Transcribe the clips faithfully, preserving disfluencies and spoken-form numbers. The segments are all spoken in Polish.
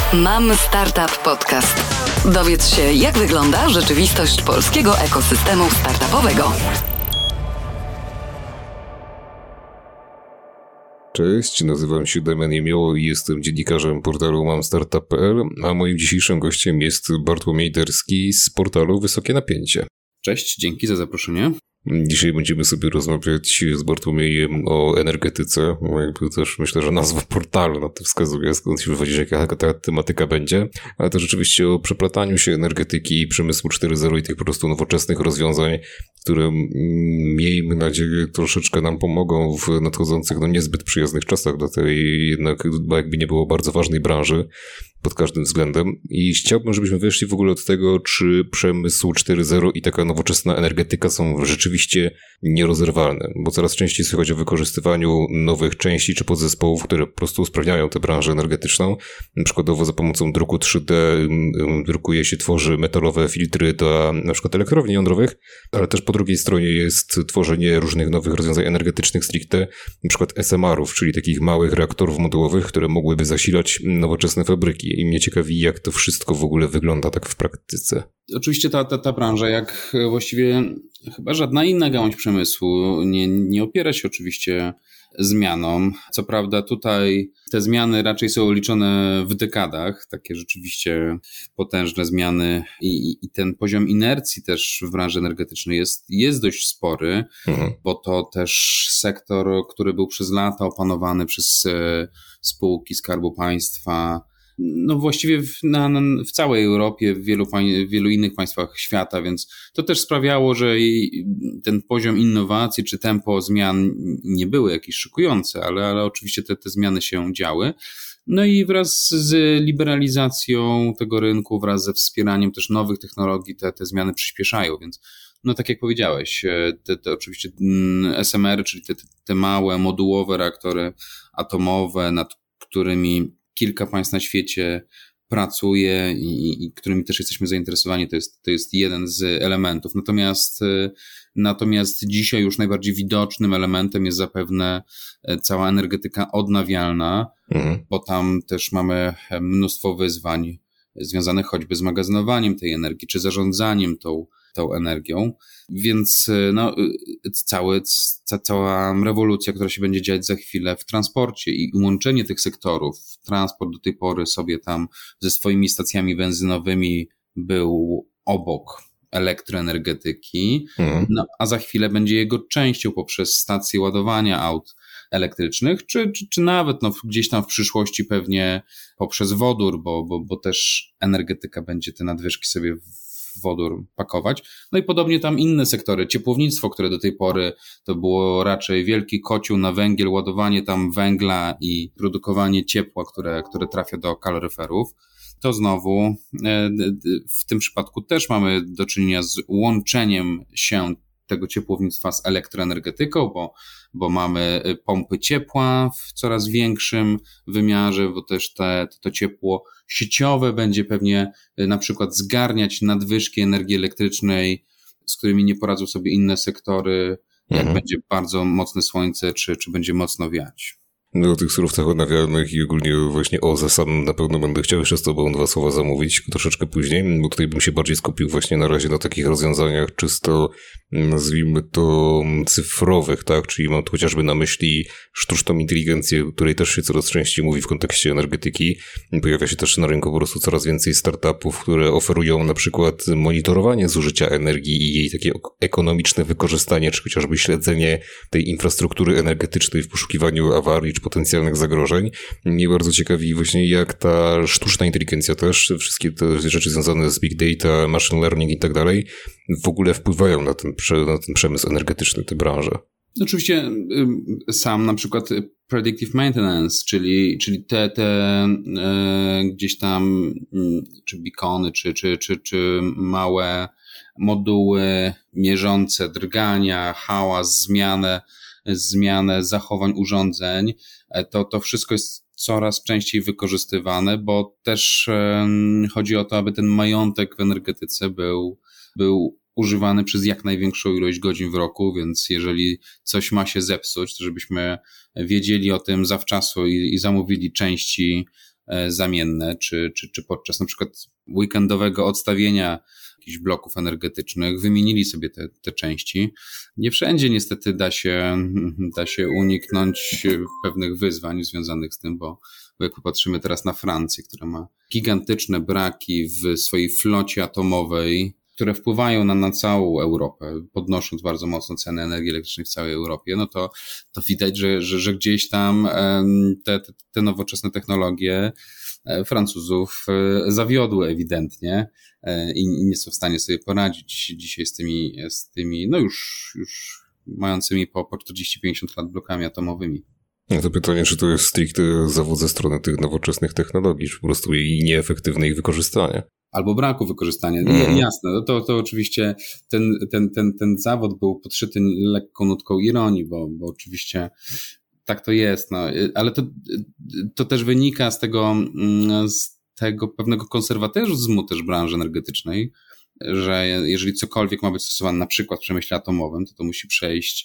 Mam Startup Podcast. Dowiedz się, jak wygląda rzeczywistość polskiego ekosystemu startupowego. Cześć, nazywam się Damian Jemioło i jestem dziennikarzem portalu mam startup kropka p l, a moim dzisiejszym gościem jest Bartłomiej Derski z portalu Wysokie Napięcie. Cześć, dzięki za zaproszenie. Dzisiaj będziemy sobie rozmawiać z Bartłomiejem o energetyce. Jakby też myślę, że nazwa portalu na to wskazuje, skąd się wywodzi, jaka ta tematyka będzie, ale też rzeczywiście o przeplataniu się energetyki, przemysłu cztery zero i tych po prostu nowoczesnych rozwiązań, które miejmy nadzieję troszeczkę nam pomogą w nadchodzących, no niezbyt przyjaznych czasach dla tej jednak, bo jakby nie było, bardzo ważnej branży pod każdym względem. I chciałbym, żebyśmy wyszli w ogóle od tego, czy przemysł cztery zero i taka nowoczesna energetyka są rzeczywiście nierozerwalne, bo coraz częściej słychać o wykorzystywaniu nowych części czy podzespołów, które po prostu usprawniają tę branżę energetyczną. Przykładowo za pomocą druku trzy D drukuje się, tworzy metalowe filtry do na przykład elektrowni jądrowych, ale też po drugiej stronie jest tworzenie różnych nowych rozwiązań energetycznych stricte, na przykład S M R-ów, czyli takich małych reaktorów modułowych, które mogłyby zasilać nowoczesne fabryki. I mnie ciekawi, jak to wszystko w ogóle wygląda tak w praktyce. Oczywiście ta, ta, ta branża, jak właściwie chyba żadna inna gałąź przemysłu, nie, nie opiera się oczywiście zmianom. Co prawda tutaj te zmiany raczej są liczone w dekadach, takie rzeczywiście potężne zmiany i, i ten poziom inercji też w branży energetycznej jest, jest dość spory, mhm. bo to też sektor, który był przez lata opanowany przez spółki Skarbu Państwa, no właściwie w, na, na, w całej Europie, w wielu, w wielu innych państwach świata, więc to też sprawiało, że ten poziom innowacji czy tempo zmian nie były jakieś szokujące, ale, ale oczywiście te, te zmiany się działy. No i wraz z liberalizacją tego rynku, wraz ze wspieraniem też nowych technologii te, te zmiany przyspieszają, więc no tak jak powiedziałeś, te, te oczywiście S M R, czyli te, te małe modułowe reaktory atomowe, nad którymi kilka państw na świecie pracuje i, i którymi też jesteśmy zainteresowani, to jest, to jest jeden z elementów. Natomiast, natomiast dzisiaj już najbardziej widocznym elementem jest zapewne cała energetyka odnawialna, mhm. bo tam też mamy mnóstwo wyzwań związanych choćby z magazynowaniem tej energii, czy zarządzaniem tą, tą energią. Więc no, cały, ca, cała rewolucja, która się będzie dziać za chwilę w transporcie i łączenie tych sektorów. Transport do tej pory sobie tam ze swoimi stacjami benzynowymi był obok elektroenergetyki, mhm. no, a za chwilę będzie jego częścią poprzez stacje ładowania aut elektrycznych, czy, czy, czy nawet no, gdzieś tam w przyszłości pewnie poprzez wodór, bo, bo, bo też energetyka będzie te nadwyżki sobie w wodór pakować. No i podobnie tam inne sektory, ciepłownictwo, które do tej pory to było raczej wielki kocioł na węgiel, ładowanie tam węgla i produkowanie ciepła, które, które trafia do kaloryferów. To znowu w tym przypadku też mamy do czynienia z łączeniem się tego ciepłownictwa z elektroenergetyką, bo, bo mamy pompy ciepła w coraz większym wymiarze, bo też te, to ciepło sieciowe będzie pewnie na przykład zgarniać nadwyżki energii elektrycznej, z którymi nie poradzą sobie inne sektory, jak mhm. będzie bardzo mocne słońce, czy, czy będzie mocno wiać. No, o tych surowcach odnawialnych i ogólnie właśnie o ze samym na pewno będę chciał jeszcze z tobą dwa słowa zamówić troszeczkę później, bo tutaj bym się bardziej skupił właśnie na razie na takich rozwiązaniach czysto, nazwijmy to, cyfrowych, tak, czyli mam tu chociażby na myśli sztuczną inteligencję, o której też się coraz częściej mówi w kontekście energetyki. Pojawia się też na rynku po prostu coraz więcej startupów, które oferują na przykład monitorowanie zużycia energii i jej takie ekonomiczne wykorzystanie, czy chociażby śledzenie tej infrastruktury energetycznej w poszukiwaniu awarii, potencjalnych zagrożeń. Mnie bardzo ciekawi właśnie, jak ta sztuczna inteligencja też, wszystkie te rzeczy związane z big data, machine learning i tak dalej, w ogóle wpływają na ten, na ten przemysł energetyczny, tę branżę. Oczywiście sam na przykład predictive maintenance, czyli, czyli te, te e, gdzieś tam czy beacony, czy, czy, czy, czy małe moduły mierzące drgania, hałas, zmianę zmianę zachowań urządzeń, to, to wszystko jest coraz częściej wykorzystywane, bo też um, chodzi o to, aby ten majątek w energetyce był, był używany przez jak największą ilość godzin w roku, więc jeżeli coś ma się zepsuć, to żebyśmy wiedzieli o tym zawczasu i, i zamówili części zamienne, czy, czy, czy podczas na przykład weekendowego odstawienia jakichś bloków energetycznych wymienili sobie te, te części. Nie wszędzie niestety da się, da się uniknąć pewnych wyzwań związanych z tym, bo jak popatrzymy teraz na Francję, która ma gigantyczne braki w swojej flocie atomowej, które wpływają na, na całą Europę, podnosząc bardzo mocno ceny energii elektrycznej w całej Europie, no to, to widać, że, że, że gdzieś tam te, te, te nowoczesne technologie Francuzów zawiodły ewidentnie i nie są w stanie sobie poradzić dzisiaj z tymi, z tymi no już, już mającymi po, po czterdzieści pięćdziesiąt lat blokami atomowymi. No to pytanie, czy to jest stricte zawód ze strony tych nowoczesnych technologii, czy po prostu jej nieefektywne ich wykorzystanie? Albo braku wykorzystania. Mm. Jasne, no to, to oczywiście ten, ten, ten, ten zawód był podszyty lekką nutką ironii, bo, bo oczywiście tak to jest, no, ale to, to też wynika z tego, z tego pewnego konserwatyzmu też branży energetycznej, że jeżeli cokolwiek ma być stosowane na przykład w przemyśle atomowym, to to musi przejść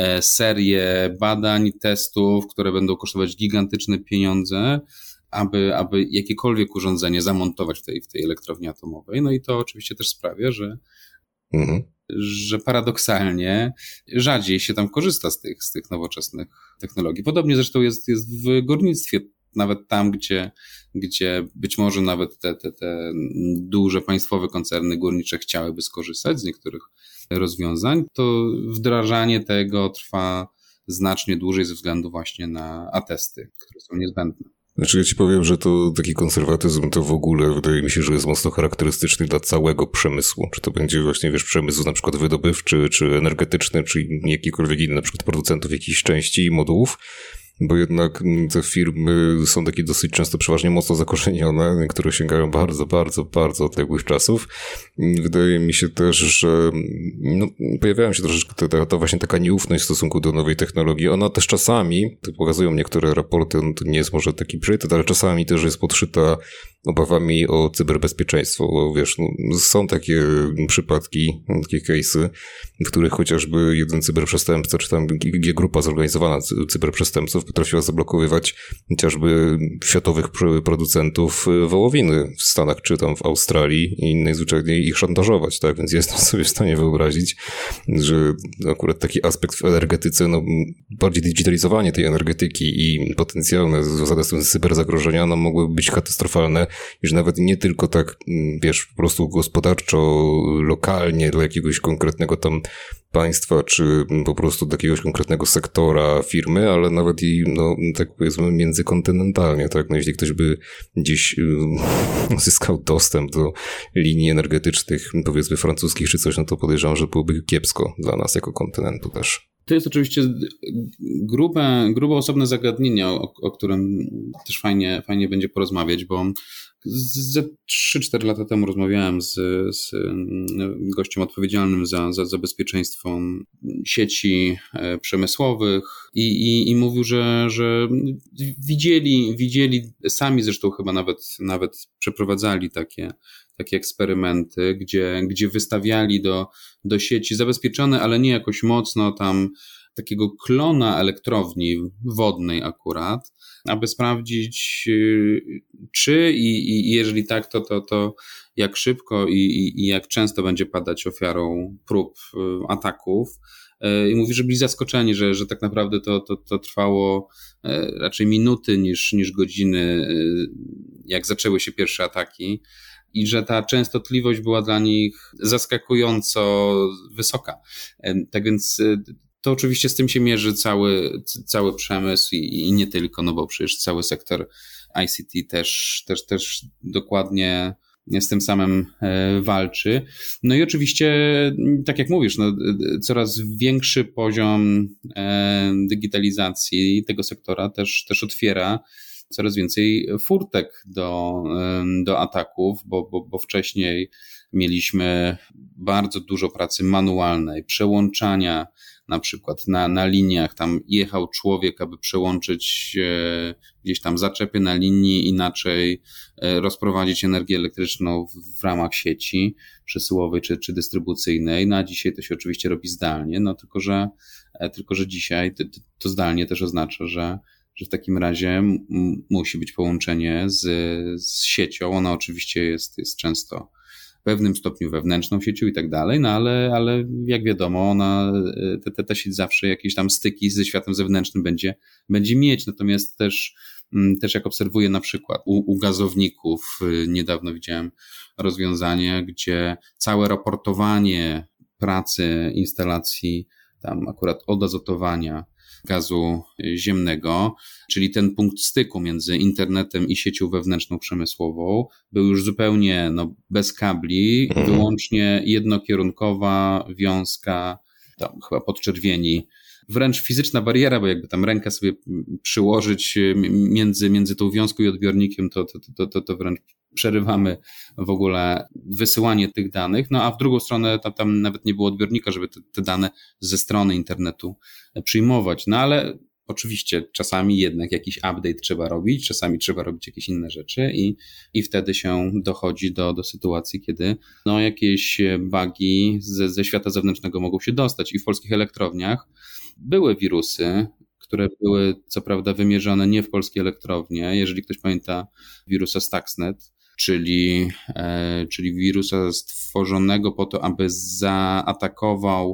serię badań, testów, które będą kosztować gigantyczne pieniądze, aby, aby jakiekolwiek urządzenie zamontować w tej, w tej elektrowni atomowej. No i to oczywiście też sprawia, że, mhm. że paradoksalnie rzadziej się tam korzysta z tych, z tych nowoczesnych technologii. Podobnie zresztą jest, jest w górnictwie, nawet tam, gdzie, gdzie być może nawet te, te, te duże państwowe koncerny górnicze chciałyby skorzystać z niektórych rozwiązań, to wdrażanie tego trwa znacznie dłużej ze względu właśnie na atesty, które są niezbędne. Znaczy ja ci powiem, że to taki konserwatyzm to w ogóle wydaje mi się, że jest mocno charakterystyczny dla całego przemysłu. Czy to będzie właśnie, wiesz, przemysł na przykład wydobywczy, czy energetyczny, czy jakikolwiek inny, na przykład producentów jakichś części i modułów. Bo jednak te firmy są takie dosyć często przeważnie mocno zakorzenione, które sięgają bardzo, bardzo, bardzo odległych czasów. Wydaje mi się też, że no, pojawiają się troszeczkę ta, ta właśnie taka nieufność w stosunku do nowej technologii. Ona też czasami, to pokazują niektóre raporty, no to nie jest może taki priorytet, ale czasami też jest podszyta obawami o cyberbezpieczeństwo, bo wiesz, no, są takie przypadki, takie case'y, w których chociażby jeden cyberprzestępca, czy tam grupa zorganizowana cyberprzestępców potrafiła zablokowywać chociażby światowych producentów wołowiny w Stanach, czy tam w Australii i najzwyczajniej ich szantażować, tak? Więc jestem sobie w stanie wyobrazić, że akurat taki aspekt w energetyce, no bardziej digitalizowanie tej energetyki i potencjalne związane z tym cyberzagrożenia, no mogłyby być katastrofalne, że nawet nie tylko tak, wiesz, po prostu gospodarczo, lokalnie dla jakiegoś konkretnego tam państwa, czy po prostu do jakiegoś konkretnego sektora firmy, ale nawet i, no, tak powiedzmy, międzykontynentalnie, tak? No, jeśli ktoś by gdzieś uzyskał dostęp do linii energetycznych, powiedzmy, francuskich czy coś, no to podejrzewam, że byłoby kiepsko dla nas jako kontynentu też. To jest oczywiście grube, grube osobne zagadnienie, o, o którym też fajnie, fajnie będzie porozmawiać, bo ze trzy cztery lata temu rozmawiałem z, z gościem odpowiedzialnym za, za, za bezpieczeństwo sieci przemysłowych i, i, i mówił, że, że widzieli, widzieli, sami zresztą chyba nawet, nawet przeprowadzali takie, takie eksperymenty, gdzie, gdzie wystawiali do, do sieci zabezpieczone, ale nie jakoś mocno tam takiego klona elektrowni wodnej akurat, aby sprawdzić, czy i, i jeżeli tak, to, to, to jak szybko i, i, i jak często będzie padać ofiarą prób ataków. I mówi, że byli zaskoczeni, że, że tak naprawdę to, to, to trwało raczej minuty niż, niż godziny, jak zaczęły się pierwsze ataki. I że ta częstotliwość była dla nich zaskakująco wysoka. Tak więc to oczywiście z tym się mierzy cały, cały przemysł i, i nie tylko, no bo przecież cały sektor I C T też, też, też dokładnie z tym samym walczy. No i oczywiście, tak jak mówisz, no, coraz większy poziom digitalizacji tego sektora też, też otwiera coraz więcej furtek do, do ataków, bo, bo, bo wcześniej mieliśmy bardzo dużo pracy manualnej, przełączania na przykład na, na liniach, tam jechał człowiek, aby przełączyć e, gdzieś tam zaczepy na linii, inaczej e, rozprowadzić energię elektryczną w, w ramach sieci przesyłowej czy, czy dystrybucyjnej. No a dzisiaj to się oczywiście robi zdalnie, no tylko że, e, tylko, że dzisiaj to, to zdalnie też oznacza, że że w takim razie m- musi być połączenie z, z siecią. Ona oczywiście jest, jest często w pewnym stopniu wewnętrzną siecią i tak dalej, no ale, ale jak wiadomo, ona, te, te, ta sieć zawsze jakieś tam styki ze światem zewnętrznym będzie, będzie mieć. Natomiast też, też jak obserwuję na przykład u, u gazowników, niedawno widziałem rozwiązanie, gdzie całe raportowanie pracy instalacji tam akurat odazotowania gazu ziemnego, czyli ten punkt styku między internetem i siecią wewnętrzną przemysłową, był już zupełnie no, bez kabli, mhm. wyłącznie jednokierunkowa wiązka, tam chyba podczerwieni, wręcz fizyczna bariera, bo jakby tam rękę sobie przyłożyć między, między tą wiązką i odbiornikiem, to, to, to, to, to wręcz przerywamy w ogóle wysyłanie tych danych, no a w drugą stronę tam, tam nawet nie było odbiornika, żeby te, te dane ze strony internetu przyjmować, no ale oczywiście czasami jednak jakiś update trzeba robić, czasami trzeba robić jakieś inne rzeczy i, i wtedy się dochodzi do, do sytuacji, kiedy no jakieś bugi ze, ze świata zewnętrznego mogą się dostać i w polskich elektrowniach były wirusy, które były co prawda wymierzone nie w polskie elektrownie, jeżeli ktoś pamięta wirusa Stuxnet, czyli, e, czyli wirusa stworzonego po to, aby zaatakował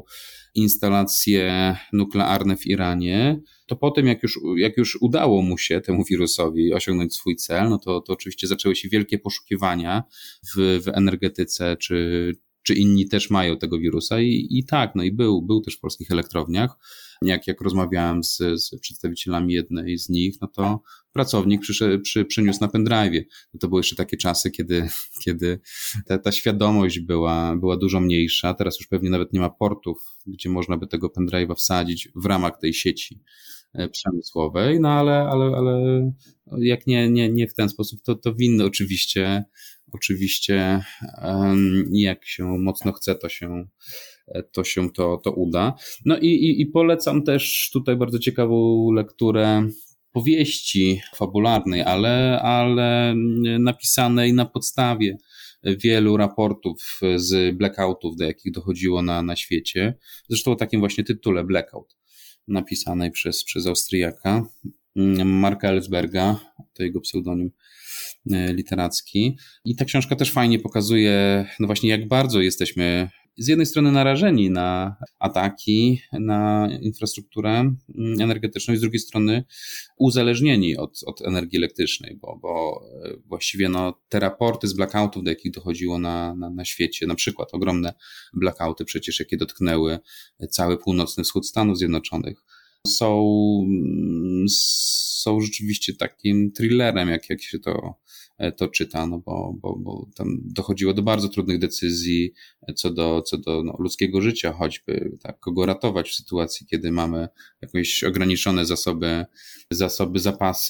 instalacje nuklearne w Iranie, to potem jak już, jak już udało mu się temu wirusowi osiągnąć swój cel, no to, to oczywiście zaczęły się wielkie poszukiwania w, w energetyce, czy, czy inni też mają tego wirusa i, i tak, no i był, był też w polskich elektrowniach. Jak, jak rozmawiałem z, z przedstawicielami jednej z nich, no to pracownik przy, przy, przyniósł na pendrive'ie. No to były jeszcze takie czasy, kiedy, kiedy ta, ta świadomość była, była dużo mniejsza. Teraz już pewnie nawet nie ma portów, gdzie można by tego pendrive'a wsadzić w ramach tej sieci przemysłowej, no ale, ale, ale jak nie, nie, nie w ten sposób, to, to winny oczywiście, oczywiście jak się mocno chce, to się to się to, to uda. No i, i, i polecam też tutaj bardzo ciekawą lekturę powieści fabularnej, ale, ale napisanej na podstawie wielu raportów z blackoutów, do jakich dochodziło na, na świecie. Zresztą o takim właśnie tytule Blackout, napisanej przez, przez Austriaka, Marka Ellsberga, to jego pseudonim literacki. I ta książka też fajnie pokazuje, no właśnie jak bardzo jesteśmy z jednej strony narażeni na ataki, na infrastrukturę energetyczną i z drugiej strony uzależnieni od, od energii elektrycznej, bo, bo właściwie no, te raporty z blackoutów, do jakich dochodziło na, na, na świecie, na przykład ogromne blackouty przecież, jakie dotknęły cały północny wschód Stanów Zjednoczonych, są, są rzeczywiście takim thrillerem, jak, jak się to to czyta, no bo, bo, bo tam dochodziło do bardzo trudnych decyzji co do, co do no, ludzkiego życia, choćby tak, kogo ratować w sytuacji, kiedy mamy jakieś ograniczone zasoby, zasoby, zapasy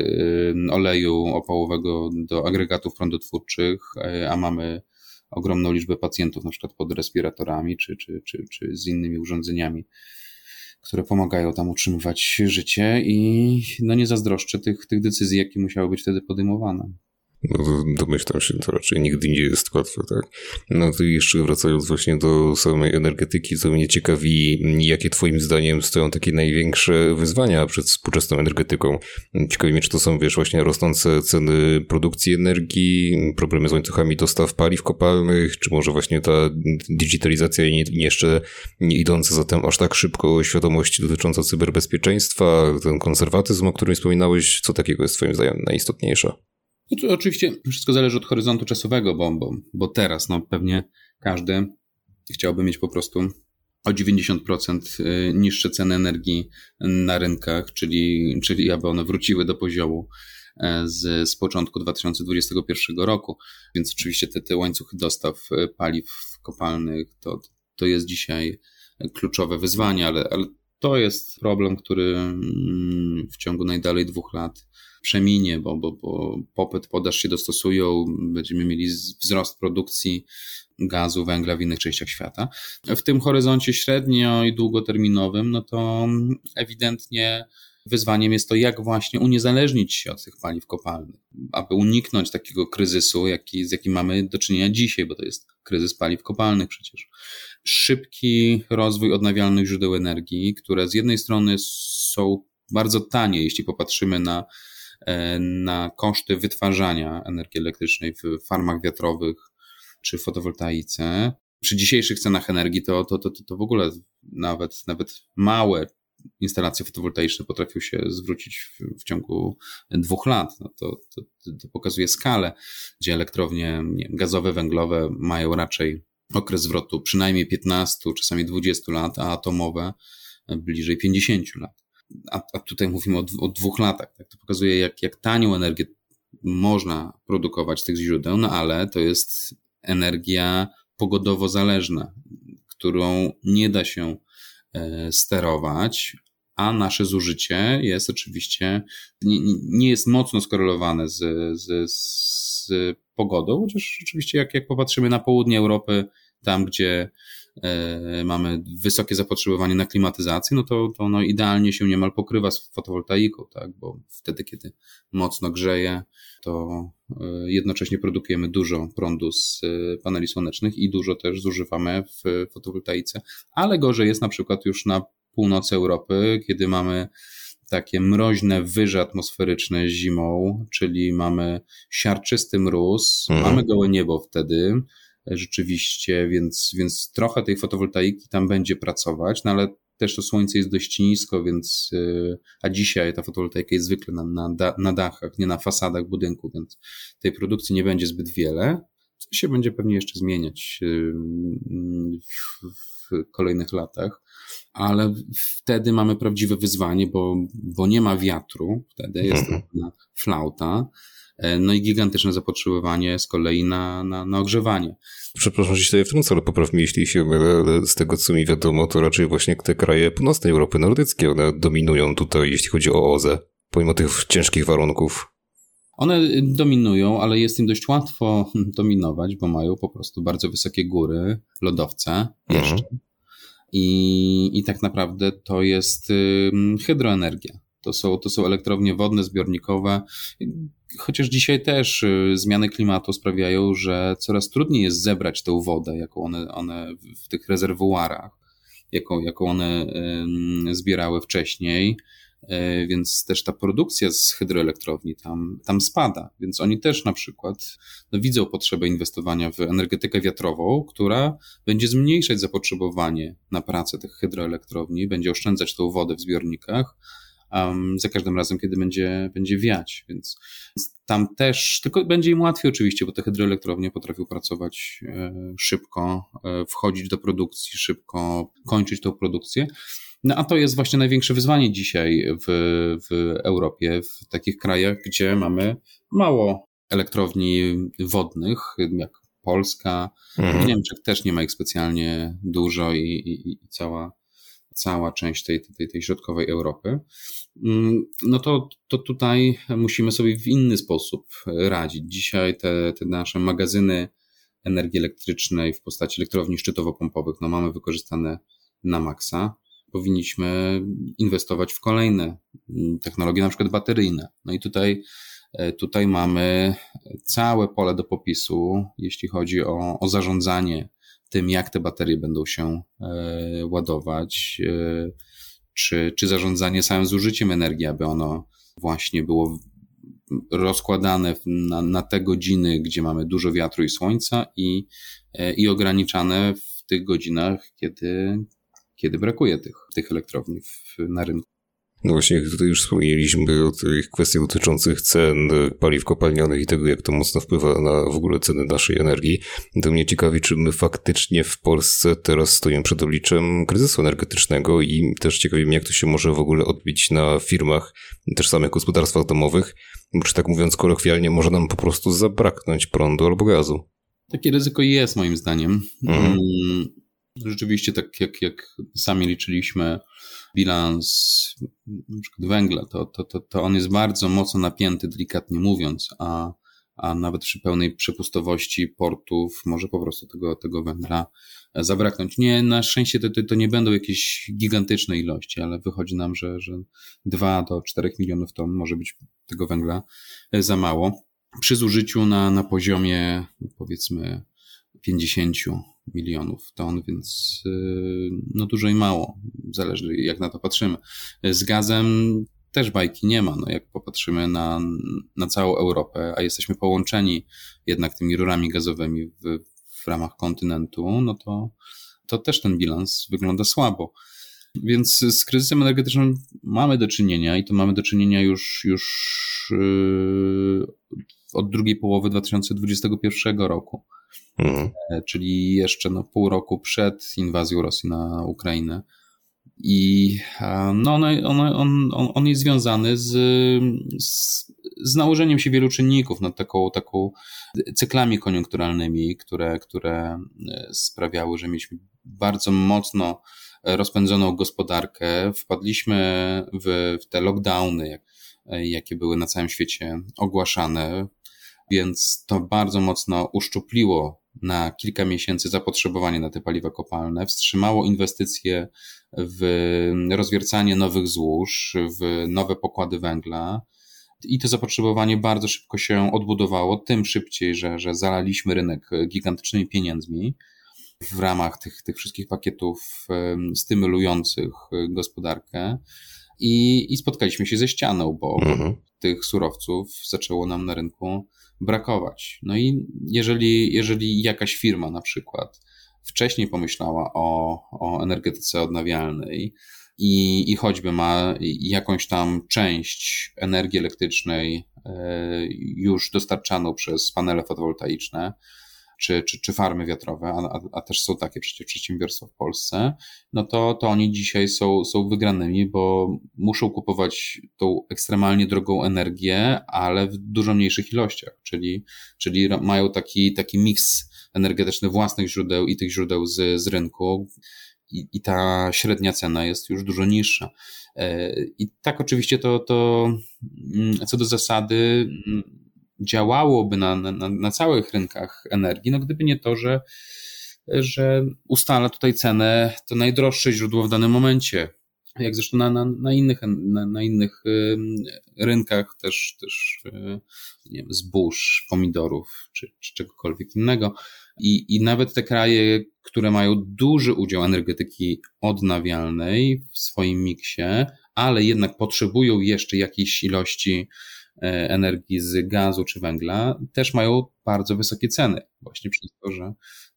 y, oleju opałowego do agregatów prądotwórczych, y, a mamy ogromną liczbę pacjentów na przykład pod respiratorami czy, czy, czy, czy z innymi urządzeniami, które pomagają tam utrzymywać życie i no nie zazdroszczę tych, tych decyzji, jakie musiały być wtedy podejmowane. No to domyślam się, to raczej nigdy nie jest łatwe, tak? No to jeszcze wracając właśnie do samej energetyki, to mnie ciekawi, jakie twoim zdaniem stoją takie największe wyzwania przed współczesną energetyką. Ciekawi mnie, czy to są, wiesz, właśnie rosnące ceny produkcji energii, problemy z łańcuchami dostaw paliw kopalnych, czy może właśnie ta digitalizacja i nie, jeszcze nie idąca zatem aż tak szybko świadomość dotycząca cyberbezpieczeństwa, ten konserwatyzm, o którym wspominałeś, co takiego jest twoim zdaniem najistotniejsze? No to oczywiście wszystko zależy od horyzontu czasowego, bo, bo, bo teraz no pewnie każdy chciałby mieć po prostu o dziewięćdziesiąt procent niższe ceny energii na rynkach, czyli, czyli aby one wróciły do poziomu z, z początku dwa tysiące dwudziestego pierwszego roku, więc oczywiście te, te łańcuchy dostaw paliw kopalnych to, to jest dzisiaj kluczowe wyzwanie, ale, ale to jest problem, który w ciągu najdalej dwóch lat przeminie, bo, bo, bo popyt, podaż się dostosują, będziemy mieli wzrost produkcji gazu, węgla w innych częściach świata. W tym horyzoncie średnio i długoterminowym, no to ewidentnie wyzwaniem jest to, jak właśnie uniezależnić się od tych paliw kopalnych, aby uniknąć takiego kryzysu, jaki, z jakim mamy do czynienia dzisiaj, bo to jest kryzys paliw kopalnych przecież. Szybki rozwój odnawialnych źródeł energii, które z jednej strony są bardzo tanie, jeśli popatrzymy na, na koszty wytwarzania energii elektrycznej w farmach wiatrowych czy fotowoltaice. Przy dzisiejszych cenach energii to, to, to, to w ogóle nawet, nawet małe instalacje fotowoltaiczne potrafią się zwrócić w, w ciągu dwóch lat. No to, to, to pokazuje skalę, gdzie elektrownie nie wiem, gazowe, węglowe mają raczej okres zwrotu przynajmniej piętnaście, czasami dwadzieścia lat, a atomowe bliżej pięćdziesiąt lat. A, a tutaj mówimy o, o dwóch latach. Tak? To pokazuje, jak, jak tanią energię można produkować z tych źródeł, no ale to jest energia pogodowo zależna, którą nie da się e, sterować, a nasze zużycie jest oczywiście, nie, nie jest mocno skorelowane z, z, z pogodą, chociaż oczywiście jak, jak popatrzymy na południe Europy, tam gdzie e, mamy wysokie zapotrzebowanie na klimatyzację, no to, to ono idealnie się niemal pokrywa z fotowoltaiką, tak? Bo wtedy, kiedy mocno grzeje, to e, jednocześnie produkujemy dużo prądu z e, paneli słonecznych i dużo też zużywamy w fotowoltaice, ale gorzej jest na przykład już na północy Europy, kiedy mamy takie mroźne wyże atmosferyczne zimą, czyli mamy siarczysty mróz, mhm. mamy gołe niebo wtedy, rzeczywiście, więc, więc trochę tej fotowoltaiki tam będzie pracować, no ale też to słońce jest dość nisko, więc, a dzisiaj ta fotowoltaika jest zwykle na, na, na dachach, nie na fasadach budynku, więc tej produkcji nie będzie zbyt wiele, co się będzie pewnie jeszcze zmieniać w, w kolejnych latach, ale wtedy mamy prawdziwe wyzwanie, bo, bo nie ma wiatru, wtedy jest to flauta, no i gigantyczne zapotrzebowanie z kolei na, na, na ogrzewanie. Przepraszam, że się tutaj wtrącę, ale popraw mnie, jeśli się mylę, ale z tego, co mi wiadomo, to raczej właśnie te kraje północnej Europy, nordyckie, one dominują tutaj, jeśli chodzi o O Z E, pomimo tych ciężkich warunków. One dominują, ale jest im dość łatwo dominować, bo mają po prostu bardzo wysokie góry, lodowce jeszcze. Mhm. I, I tak naprawdę to jest y, hydroenergia. To są, to są elektrownie wodne, zbiornikowe. Chociaż dzisiaj też y, zmiany klimatu sprawiają, że coraz trudniej jest zebrać tę wodę, jaką one, one w tych rezerwuarach, jaką, jaką one y, zbierały wcześniej. Więc też ta produkcja z hydroelektrowni tam, tam spada, więc oni też na przykład no, widzą potrzebę inwestowania w energetykę wiatrową, która będzie zmniejszać zapotrzebowanie na pracę tych hydroelektrowni, będzie oszczędzać tą wodę w zbiornikach um, za każdym razem, kiedy będzie, będzie wiać, więc tam też, tylko będzie im łatwiej oczywiście, bo te hydroelektrownie potrafią pracować e, szybko, e, wchodzić do produkcji, szybko kończyć tą produkcję. No a to jest właśnie największe wyzwanie dzisiaj w, w Europie, w takich krajach, gdzie mamy mało elektrowni wodnych, jak Polska. Mhm. W Niemczech też nie ma ich specjalnie dużo i, i, i cała, cała część tej, tej, tej środkowej Europy. No to, to tutaj musimy sobie w inny sposób radzić. Dzisiaj te, te nasze magazyny energii elektrycznej w postaci elektrowni szczytowo-pompowych no mamy wykorzystane na maksa. Powinniśmy inwestować w kolejne technologie, na przykład bateryjne. No i tutaj, tutaj mamy całe pole do popisu, jeśli chodzi o, o zarządzanie tym, jak te baterie będą się e, ładować, e, czy, czy zarządzanie samym zużyciem energii, aby ono właśnie było rozkładane na, na te godziny, gdzie mamy dużo wiatru i słońca i, e, i ograniczane w tych godzinach, kiedy kiedy brakuje tych, tych elektrowni w, na rynku. No właśnie, tutaj już wspomnieliśmy o tych kwestiach dotyczących cen paliw kopalnianych i tego, jak to mocno wpływa na w ogóle ceny naszej energii. To mnie ciekawi, czy my faktycznie w Polsce teraz stoimy przed obliczem kryzysu energetycznego i też ciekawi mnie, jak to się może w ogóle odbić na firmach, też samych gospodarstwach domowych, bo czy tak mówiąc kolokwialnie, może nam po prostu zabraknąć prądu albo gazu. Takie ryzyko jest moim zdaniem. Mhm. Rzeczywiście, tak jak, jak sami liczyliśmy bilans na przykład węgla, to, to, to, to on jest bardzo mocno napięty, delikatnie mówiąc, a, a nawet przy pełnej przepustowości portów może po prostu tego, tego węgla zabraknąć. Nie, na szczęście to, to nie będą jakieś gigantyczne ilości, ale wychodzi nam, że, że dwa do czterech milionów ton może być tego węgla za mało. Przy zużyciu na, na poziomie powiedzmy pięćdziesięciu milionów ton, więc no dużo i mało, zależy jak na to patrzymy. Z gazem też bajki nie ma. No jak popatrzymy na, na całą Europę, a jesteśmy połączeni jednak tymi rurami gazowymi w, w ramach kontynentu, no to, to też ten bilans wygląda słabo. Więc z kryzysem energetycznym mamy do czynienia i to mamy do czynienia już, już yy, od drugiej połowy dwa tysiące dwudziestego pierwszego roku, mhm. czyli jeszcze no, pół roku przed inwazją Rosji na Ukrainę. I no, on, on, on, on jest związany z, z, z nałożeniem się wielu czynników, no, taką, taką cyklami koniunkturalnymi, które, które sprawiały, że mieliśmy bardzo mocno rozpędzoną gospodarkę. Wpadliśmy w, w te lockdowny, jak, jakie były na całym świecie ogłaszane, więc to bardzo mocno uszczupliło na kilka miesięcy zapotrzebowanie na te paliwa kopalne, wstrzymało inwestycje w rozwiercanie nowych złóż, w nowe pokłady węgla i to zapotrzebowanie bardzo szybko się odbudowało, tym szybciej, że, że zalaliśmy rynek gigantycznymi pieniędzmi w ramach tych, tych wszystkich pakietów stymulujących gospodarkę i, i spotkaliśmy się ze ścianą, bo mhm. tych surowców zaczęło nam na rynku brakować. No i jeżeli, jeżeli jakaś firma na przykład wcześniej pomyślała o, o energetyce odnawialnej i, i choćby ma jakąś tam część energii elektrycznej już dostarczaną przez panele fotowoltaiczne, czy, czy, czy farmy wiatrowe, a, a też są takie przecież przedsiębiorstwa w Polsce, no to, to oni dzisiaj są, są wygranymi, bo muszą kupować tą ekstremalnie drogą energię, ale w dużo mniejszych ilościach, czyli, czyli mają taki, taki miks energetyczny własnych źródeł i tych źródeł z, z rynku i, i ta średnia cena jest już dużo niższa. I tak oczywiście to, to co do zasady działałoby na, na, na całych rynkach energii, no gdyby nie to, że, że ustala tutaj cenę to najdroższe źródło w danym momencie. Jak zresztą na, na, na innych, na, na innych rynkach też, też nie wiem, zbóż, pomidorów czy, czy czegokolwiek innego. I, I nawet te kraje, które mają duży udział energetyki odnawialnej w swoim miksie, ale jednak potrzebują jeszcze jakiejś ilości energii z gazu czy węgla, też mają bardzo wysokie ceny. Właśnie przez to, że,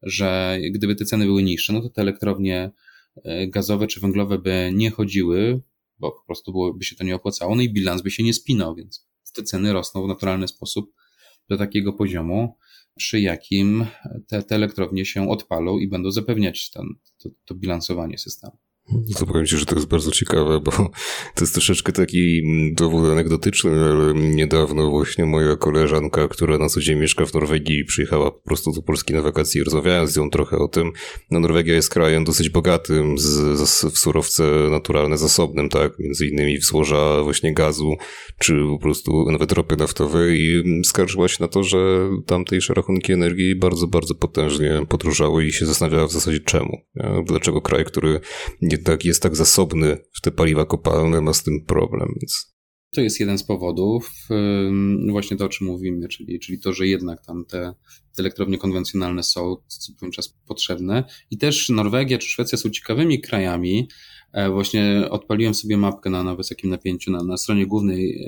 że gdyby te ceny były niższe, no to te elektrownie gazowe czy węglowe by nie chodziły, bo po prostu byłoby się to nie opłacało, no i bilans by się nie spinał, więc te ceny rosną w naturalny sposób do takiego poziomu, przy jakim te, te elektrownie się odpalą i będą zapewniać ten, to, to bilansowanie systemu. To powiem Ci, że to jest bardzo ciekawe, bo to jest troszeczkę taki dowód anegdotyczny, ale niedawno właśnie moja koleżanka, która na co dzień mieszka w Norwegii, przyjechała po prostu do Polski na wakacje i rozmawiałem z nią trochę o tym. No, Norwegia jest krajem dosyć bogatym z, z, w surowce naturalne zasobnym, tak, między innymi w złoża właśnie gazu, czy po prostu nawet ropy naftowej i skarżyła się na to, że tamtejsze rachunki energii bardzo, bardzo potężnie podróżały i się zastanawiała w zasadzie czemu. Dlaczego kraj, który jednak jest tak zasobny w te paliwa kopalne, ma z tym problem. Więc... To jest jeden z powodów, właśnie to, o czym mówimy, czyli, czyli to, że jednak tam te, te elektrownie konwencjonalne są co pewien czas potrzebne i też Norwegia czy Szwecja są ciekawymi krajami. Właśnie odpaliłem sobie mapkę na, na wysokim napięciu na, na stronie głównej,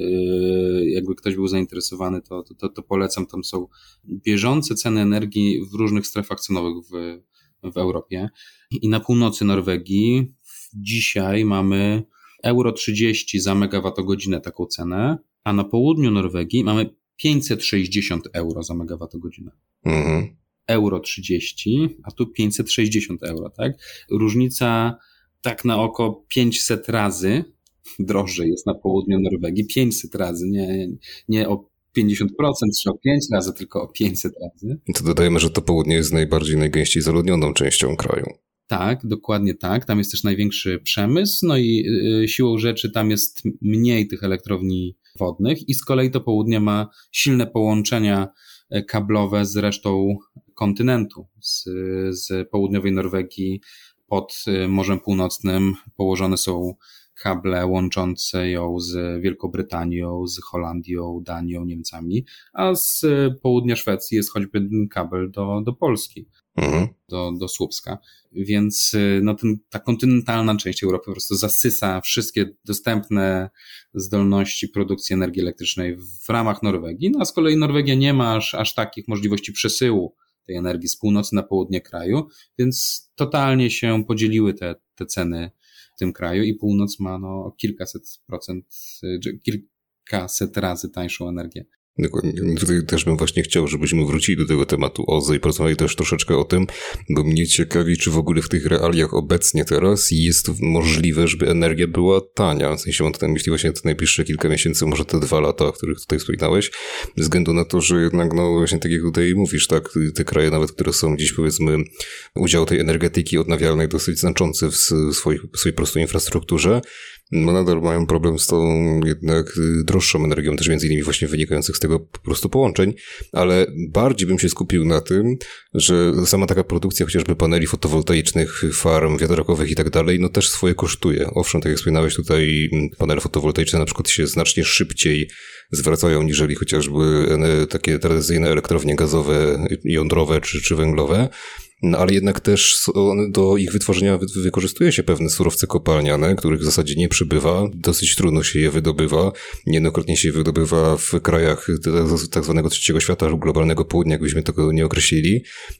jakby ktoś był zainteresowany, to, to, to polecam, tam są bieżące ceny energii w różnych strefach cenowych w, w Europie. I na północy Norwegii dzisiaj mamy euro trzydzieści za megawattogodzinę taką cenę, a na południu Norwegii mamy pięćset sześćdziesiąt euro za megawattogodzinę. Mhm. euro trzydzieści, a tu pięćset sześćdziesiąt euro, tak? Różnica tak na oko pięćset razy drożej jest na południu Norwegii, pięćset razy, nie, nie o pięćdziesiąt procent czy o pięć razy, tylko o pięćset razy. To dodajemy, że to południe jest najbardziej, najgęściej zaludnioną częścią kraju. Tak, dokładnie tak. Tam jest też największy przemysł, no i y, siłą rzeczy tam jest mniej tych elektrowni wodnych i z kolei to południe ma silne połączenia kablowe z resztą kontynentu. Z, z południowej Norwegii pod Morzem Północnym położone są kable łączące ją z Wielką z Holandią, Danią, Niemcami, a z południa Szwecji jest choćby kabel do, do Polski. Mhm. do, do Słupska. Więc no, ten, ta kontynentalna część Europy po prostu zasysa wszystkie dostępne zdolności produkcji energii elektrycznej w ramach Norwegii. No a z kolei Norwegia nie ma aż, aż takich możliwości przesyłu tej energii z północy na południe kraju, więc totalnie się podzieliły te, te ceny w tym kraju i północ ma no, kilkaset procent, czy kilkaset razy tańszą energię. Tutaj też bym właśnie chciał, żebyśmy wrócili do tego tematu O Z E i porozmawiali też troszeczkę o tym, bo mnie ciekawi, czy w ogóle w tych realiach obecnie teraz jest możliwe, żeby energia była tania. W sensie mam tutaj myśli właśnie te najbliższe kilka miesięcy, może te dwa lata, o których tutaj wspominałeś, ze względu na to, że jednak, no właśnie tak jak tutaj mówisz, tak, te kraje nawet, które są gdzieś powiedzmy udział tej energetyki odnawialnej dosyć znaczący w swojej, w swojej prostej infrastrukturze, no nadal mają problem z tą jednak droższą energią, też między innymi właśnie wynikających z tego po prostu połączeń, ale bardziej bym się skupił na tym, że sama taka produkcja chociażby paneli fotowoltaicznych, farm wiatrakowych i tak dalej, no też swoje kosztuje. Owszem, tak jak wspominałeś tutaj, panele fotowoltaiczne na przykład się znacznie szybciej zwracają niżeli chociażby takie tradycyjne elektrownie gazowe, jądrowe czy, czy węglowe. No ale jednak też do ich wytworzenia wy- wykorzystuje się pewne surowce kopalniane, których w zasadzie nie przybywa, dosyć trudno się je wydobywa, niejednokrotnie się je wydobywa w krajach tak zwanego trzeciego świata lub globalnego południa, jakbyśmy tego nie określili,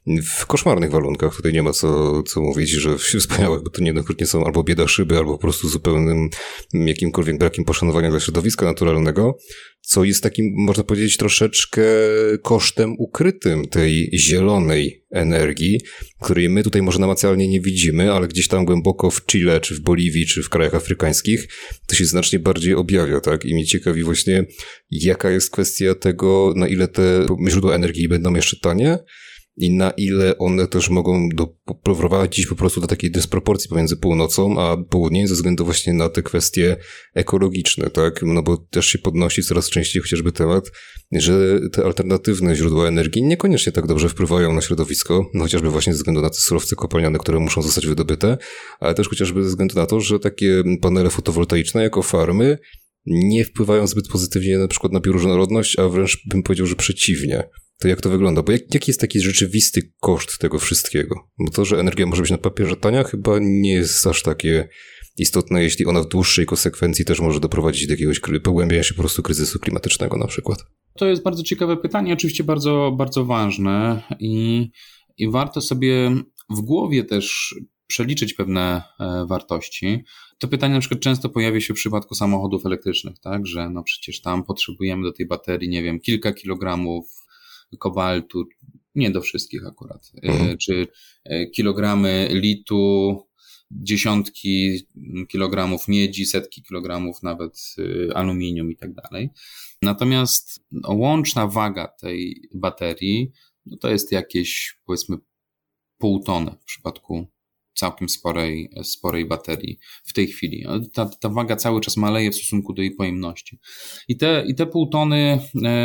w koszmarnych warunkach. Tutaj nie ma co, co mówić, że wspaniałe, bo to niejednokrotnie są albo bieda szyby, albo po prostu zupełnym jakimkolwiek brakiem poszanowania dla środowiska naturalnego, co jest takim, można powiedzieć, troszeczkę kosztem ukrytym tej zielonej energii, której my tutaj może namacalnie nie widzimy, ale gdzieś tam głęboko w Chile, czy w Boliwii, czy w krajach afrykańskich to się znacznie bardziej objawia, tak? I mnie ciekawi właśnie, jaka jest kwestia tego, na ile te źródła energii będą jeszcze tanie i na ile one też mogą doprowadzić po prostu do takiej dysproporcji pomiędzy północą a południem ze względu właśnie na te kwestie ekologiczne, tak? No bo też się podnosi coraz częściej chociażby temat, że te alternatywne źródła energii niekoniecznie tak dobrze wpływają na środowisko, no chociażby właśnie ze względu na te surowce kopalniane, które muszą zostać wydobyte, ale też chociażby ze względu na to, że takie panele fotowoltaiczne jako farmy nie wpływają zbyt pozytywnie na przykład na bioróżnorodność, a wręcz bym powiedział, że przeciwnie. To jak to wygląda? Bo jak, jaki jest taki rzeczywisty koszt tego wszystkiego? Bo to, że energia może być na papierze tania, chyba nie jest aż takie istotne, jeśli ona w dłuższej konsekwencji też może doprowadzić do jakiegoś pogłębiania się po prostu kryzysu klimatycznego na przykład. To jest bardzo ciekawe pytanie, oczywiście bardzo, bardzo ważne i, i warto sobie w głowie też przeliczyć pewne e, wartości. To pytanie na przykład często pojawia się w przypadku samochodów elektrycznych, tak, że no przecież tam potrzebujemy do tej baterii, nie wiem, kilka kilogramów kobaltu, nie do wszystkich akurat, mhm. czy kilogramy litu, dziesiątki kilogramów miedzi, setki kilogramów nawet aluminium i tak dalej. Natomiast łączna waga tej baterii, no to jest jakieś powiedzmy pół tony w przypadku całkiem sporej, sporej baterii w tej chwili. Ta, ta waga cały czas maleje w stosunku do jej pojemności. I te, i te pół tony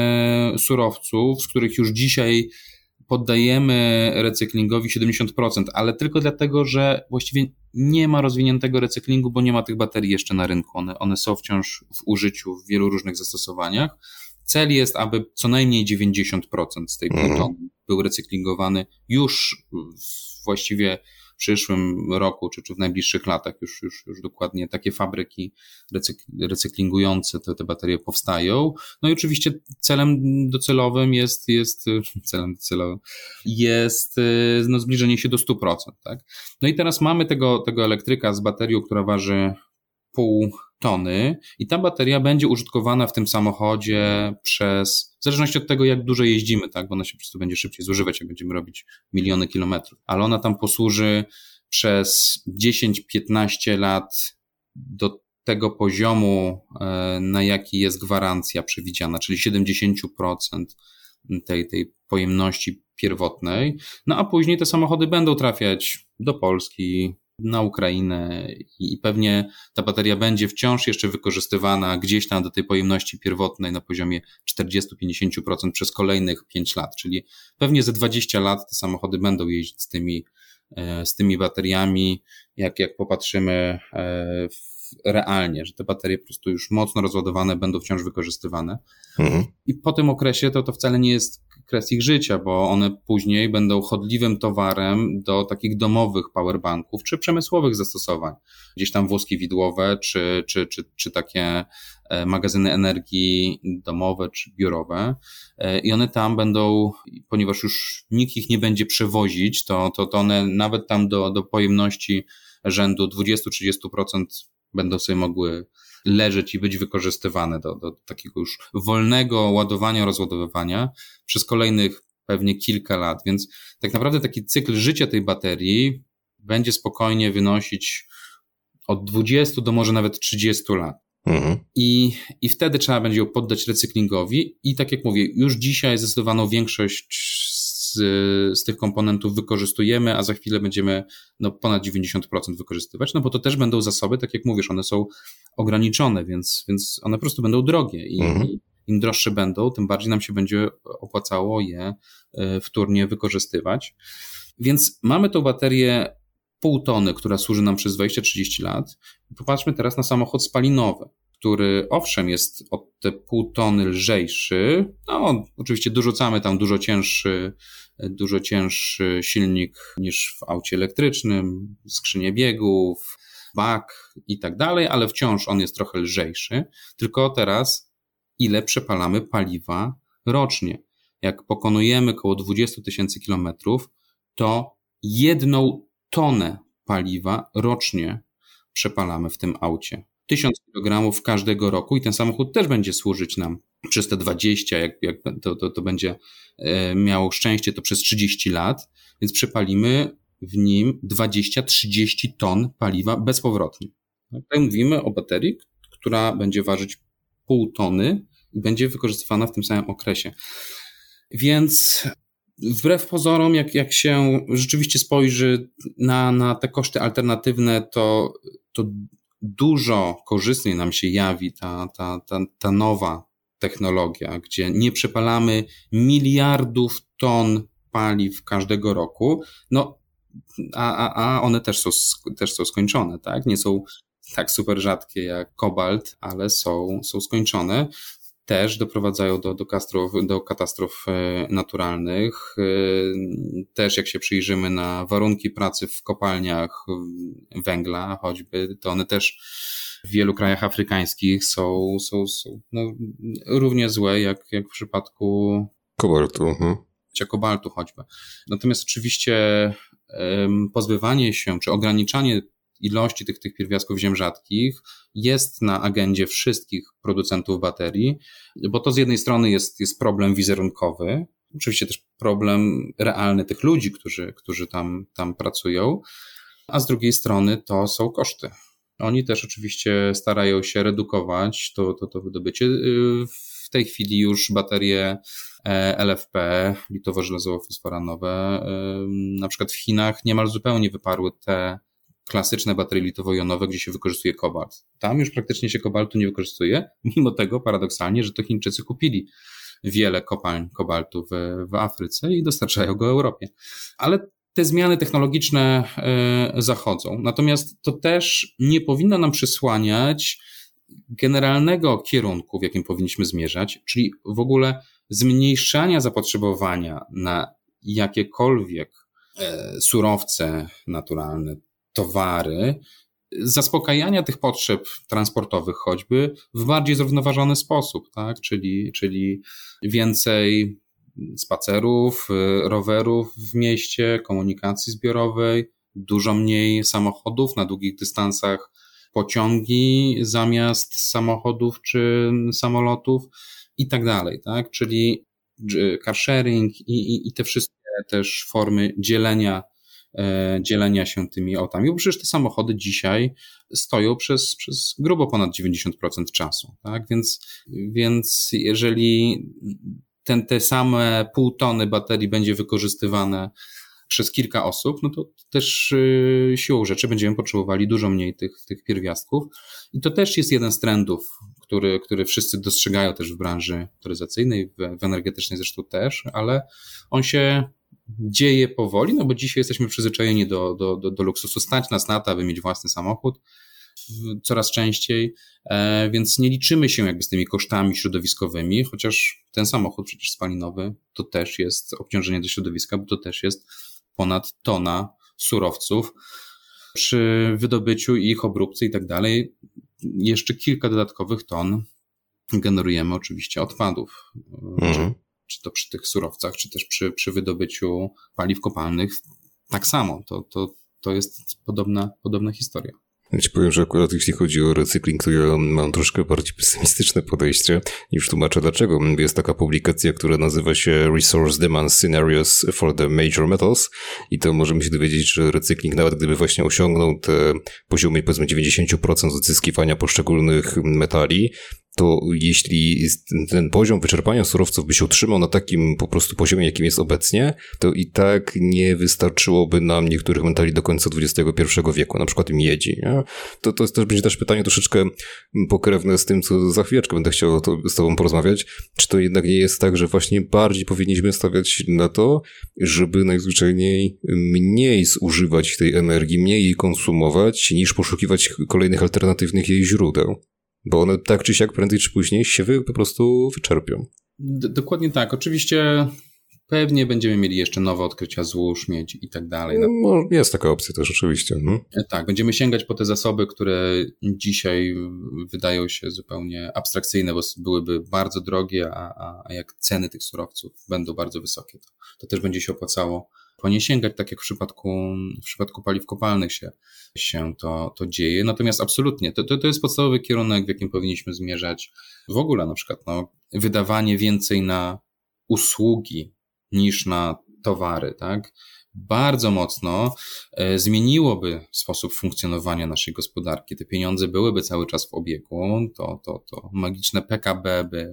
e, surowców, z których już dzisiaj poddajemy recyklingowi siedemdziesiąt procent, ale tylko dlatego, że właściwie nie ma rozwiniętego recyklingu, bo nie ma tych baterii jeszcze na rynku. One, one są wciąż w użyciu w wielu różnych zastosowaniach. Cel jest, aby co najmniej dziewięćdziesiąt procent z tej pół tony był recyklingowany już właściwie w przyszłym roku, czy, czy w najbliższych latach już, już, już dokładnie takie fabryki recyk- recyklingujące te, te baterie powstają. No i oczywiście celem docelowym jest, jest celem docelowym jest no, zbliżenie się do stu procent, tak? No i teraz mamy tego, tego elektryka z baterią, która waży pół tony i ta bateria będzie użytkowana w tym samochodzie przez, w zależności od tego, jak dużo jeździmy, tak, bo ona się po prostu będzie szybciej zużywać, jak będziemy robić miliony kilometrów, ale ona tam posłuży przez dziesięć piętnaście lat do tego poziomu, na jaki jest gwarancja przewidziana, czyli siedemdziesiąt procent tej, tej pojemności pierwotnej, no a później te samochody będą trafiać do Polski, na Ukrainę i pewnie ta bateria będzie wciąż jeszcze wykorzystywana gdzieś tam do tej pojemności pierwotnej na poziomie czterdzieści do pięćdziesięciu procent przez kolejnych pięć lat, czyli pewnie za dwadzieścia lat te samochody będą jeździć z tymi, z tymi bateriami, jak, jak popatrzymy realnie, że te baterie po prostu już mocno rozładowane będą wciąż wykorzystywane. Mhm. I po tym okresie to, to wcale nie jest kres ich życia, bo one później będą chodliwym towarem do takich domowych powerbanków czy przemysłowych zastosowań. Gdzieś tam wózki widłowe, czy, czy, czy, czy takie magazyny energii domowe czy biurowe i one tam będą, ponieważ już nikt ich nie będzie przewozić, to, to, to one nawet tam do, do pojemności rzędu dwadzieścia do trzydziestu procent będą sobie mogły leżeć i być wykorzystywane do, do takiego już wolnego ładowania, rozładowywania przez kolejnych pewnie kilka lat, więc tak naprawdę taki cykl życia tej baterii będzie spokojnie wynosić od dwudziestu do może nawet trzydziestu lat. Mhm. I, I wtedy trzeba będzie ją poddać recyklingowi i tak jak mówię, już dzisiaj zdecydowaną większość z, z tych komponentów wykorzystujemy, a za chwilę będziemy no, ponad dziewięćdziesiąt procent wykorzystywać, no bo to też będą zasoby, tak jak mówisz, one są ograniczone, więc, więc one po prostu będą drogie i, mhm. i im droższe będą, tym bardziej nam się będzie opłacało je wtórnie wykorzystywać. Więc mamy tą baterię pół tony, która służy nam przez dwadzieścia do trzydziestu lat. Popatrzmy teraz na samochód spalinowy, który owszem jest o te pół tony lżejszy, no oczywiście dorzucamy tam dużo cięższy, dużo cięższy silnik niż w aucie elektrycznym, skrzynię biegów, bak i tak dalej, ale wciąż on jest trochę lżejszy, tylko teraz ile przepalamy paliwa rocznie? Jak pokonujemy około dwadzieścia tysięcy kilometrów, to jedną tonę paliwa rocznie przepalamy w tym aucie. Tysiąc kilogramów każdego roku i ten samochód też będzie służyć nam przez te dwadzieścia, jak, jak to, to, to będzie miało szczęście, to przez trzydzieści lat, więc przepalimy w nim dwadzieścia do trzydziestu ton paliwa bezpowrotnie. Tutaj mówimy o baterii, która będzie ważyć pół tony i będzie wykorzystywana w tym samym okresie. Więc wbrew pozorom, jak, jak się rzeczywiście spojrzy na, na te koszty alternatywne, to, to dużo korzystniej nam się jawi ta, ta, ta, ta nowa technologia, gdzie nie przepalamy miliardów ton paliw każdego roku, no a, a, a one też są, też są skończone, tak? Nie są tak super rzadkie jak kobalt, ale są, są skończone. Też doprowadzają do, do, katastrof, do katastrof naturalnych. Też jak się przyjrzymy na warunki pracy w kopalniach węgla choćby, to one też w wielu krajach afrykańskich są, są, są no, równie złe jak, jak w przypadku kobaltu. Mhm. kobaltu choćby. Natomiast oczywiście pozbywanie się czy ograniczanie ilości tych, tych pierwiastków ziem rzadkich jest na agendzie wszystkich producentów baterii, bo to z jednej strony jest, jest problem wizerunkowy, oczywiście też problem realny tych ludzi, którzy, którzy tam, tam pracują, a z drugiej strony to są koszty. Oni też oczywiście starają się redukować to, to, to wydobycie. W tej chwili już baterie L F P, litowo-żelazowo-fosforanowe, na przykład w Chinach niemal zupełnie wyparły te klasyczne baterie litowo-jonowe, gdzie się wykorzystuje kobalt. Tam już praktycznie się kobaltu nie wykorzystuje, mimo tego paradoksalnie, że to Chińczycy kupili wiele kopalń kobaltu w, w Afryce i dostarczają go Europie. Ale te zmiany technologiczne y, zachodzą. Natomiast to też nie powinno nam przysłaniać generalnego kierunku, w jakim powinniśmy zmierzać, czyli w ogóle zmniejszania zapotrzebowania na jakiekolwiek y, surowce naturalne, towary, zaspokajania tych potrzeb transportowych choćby w bardziej zrównoważony sposób, tak? Czyli, czyli więcej spacerów, rowerów w mieście, komunikacji zbiorowej, dużo mniej samochodów na długich dystansach, pociągi zamiast samochodów czy samolotów i tak dalej, tak? Czyli car sharing i, i, i te wszystkie też formy dzielenia dzielenia się tymi autami, bo przecież te samochody dzisiaj stoją przez, przez grubo ponad dziewięćdziesiąt procent czasu, tak? Więc, więc jeżeli ten, te same pół tony baterii będzie wykorzystywane przez kilka osób, no to też yy, siłą rzeczy będziemy potrzebowali dużo mniej tych, tych pierwiastków i to też jest jeden z trendów, który, który wszyscy dostrzegają też w branży motoryzacyjnej, w, w energetycznej zresztą też, ale on się dzieje powoli, no bo dzisiaj jesteśmy przyzwyczajeni do, do, do, do luksusu. Stać nas na to, aby mieć własny samochód. coraz częściej, więc nie liczymy się jakby z tymi kosztami środowiskowymi, chociaż ten samochód przecież spalinowy to też jest obciążenie do środowiska, bo to też jest ponad tona surowców. Przy wydobyciu i ich obróbce i tak dalej jeszcze kilka dodatkowych ton generujemy oczywiście odpadów. Mhm. Czy to przy tych surowcach, czy też przy, przy wydobyciu paliw kopalnych. Tak samo, to, to, to jest podobna, podobna historia. Ja ci powiem, że akurat jeśli chodzi o recykling, to ja mam troszkę bardziej pesymistyczne podejście. Już tłumaczę dlaczego. Jest taka publikacja, która nazywa się Resource Demand Scenarios for the Major Metals i to możemy się dowiedzieć, że recykling, nawet gdyby właśnie osiągnął te poziomy powiedzmy dziewięćdziesiąt procent odzyskiwania poszczególnych metali, to jeśli ten poziom wyczerpania surowców by się utrzymał na takim po prostu poziomie, jakim jest obecnie, to i tak nie wystarczyłoby nam niektórych metali do końca dwudziestego pierwszego wieku, na przykład miedzi. Nie? To, to też będzie też pytanie troszeczkę pokrewne z tym, co za chwileczkę będę chciał to, z tobą porozmawiać. Czy to jednak nie jest tak, że właśnie bardziej powinniśmy stawiać na to, żeby najzwyczajniej mniej zużywać tej energii, mniej jej konsumować, niż poszukiwać kolejnych alternatywnych jej źródeł? Bo one tak czy siak prędzej czy później się wy, po prostu wyczerpią. D- dokładnie tak. Oczywiście pewnie będziemy mieli jeszcze nowe odkrycia złóż, miedzi i tak dalej. No, jest taka opcja też oczywiście. Hmm. Tak, będziemy sięgać po te zasoby, które dzisiaj wydają się zupełnie abstrakcyjne, bo byłyby bardzo drogie, a, a, a jak ceny tych surowców będą bardzo wysokie, to, to też będzie się opłacało po nie sięgać, tak jak w przypadku, w przypadku paliw kopalnych się, się to, to dzieje. Natomiast absolutnie, to, to, to jest podstawowy kierunek, w jakim powinniśmy zmierzać. W ogóle na przykład no, wydawanie więcej na usługi niż na towary, tak? Bardzo mocno e, zmieniłoby sposób funkcjonowania naszej gospodarki. Te pieniądze byłyby cały czas w obiegu, to, to, to magiczne P K B by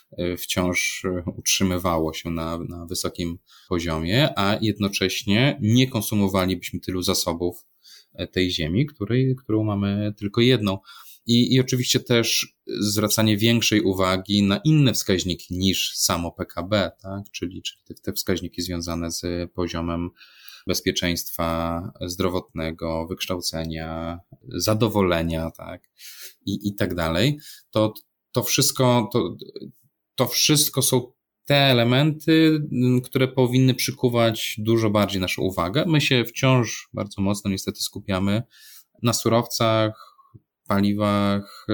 wciąż utrzymywało się na, na wysokim poziomie, a jednocześnie nie konsumowalibyśmy tylu zasobów tej ziemi, której, którą mamy tylko jedną. I, i oczywiście też zwracanie większej uwagi na inne wskaźniki niż samo P K B, tak? czyli, czyli te, te wskaźniki związane z poziomem bezpieczeństwa zdrowotnego, wykształcenia, zadowolenia, tak? I, i tak dalej. To, to wszystko, to, to wszystko są te elementy, które powinny przykuwać dużo bardziej naszą uwagę. My się wciąż bardzo mocno niestety skupiamy na surowcach, paliwach,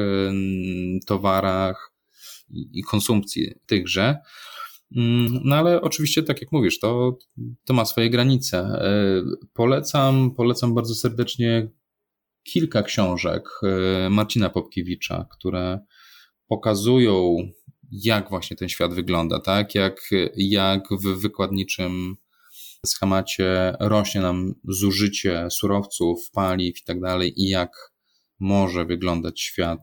towarach i konsumpcji tychże. No ale oczywiście, tak jak mówisz, to, to ma swoje granice. Polecam, polecam bardzo serdecznie kilka książek Marcina Popkiewicza, które pokazują, jak właśnie ten świat wygląda, tak? Jak, jak w wykładniczym schemacie rośnie nam zużycie surowców, paliw i tak dalej i jak może wyglądać świat,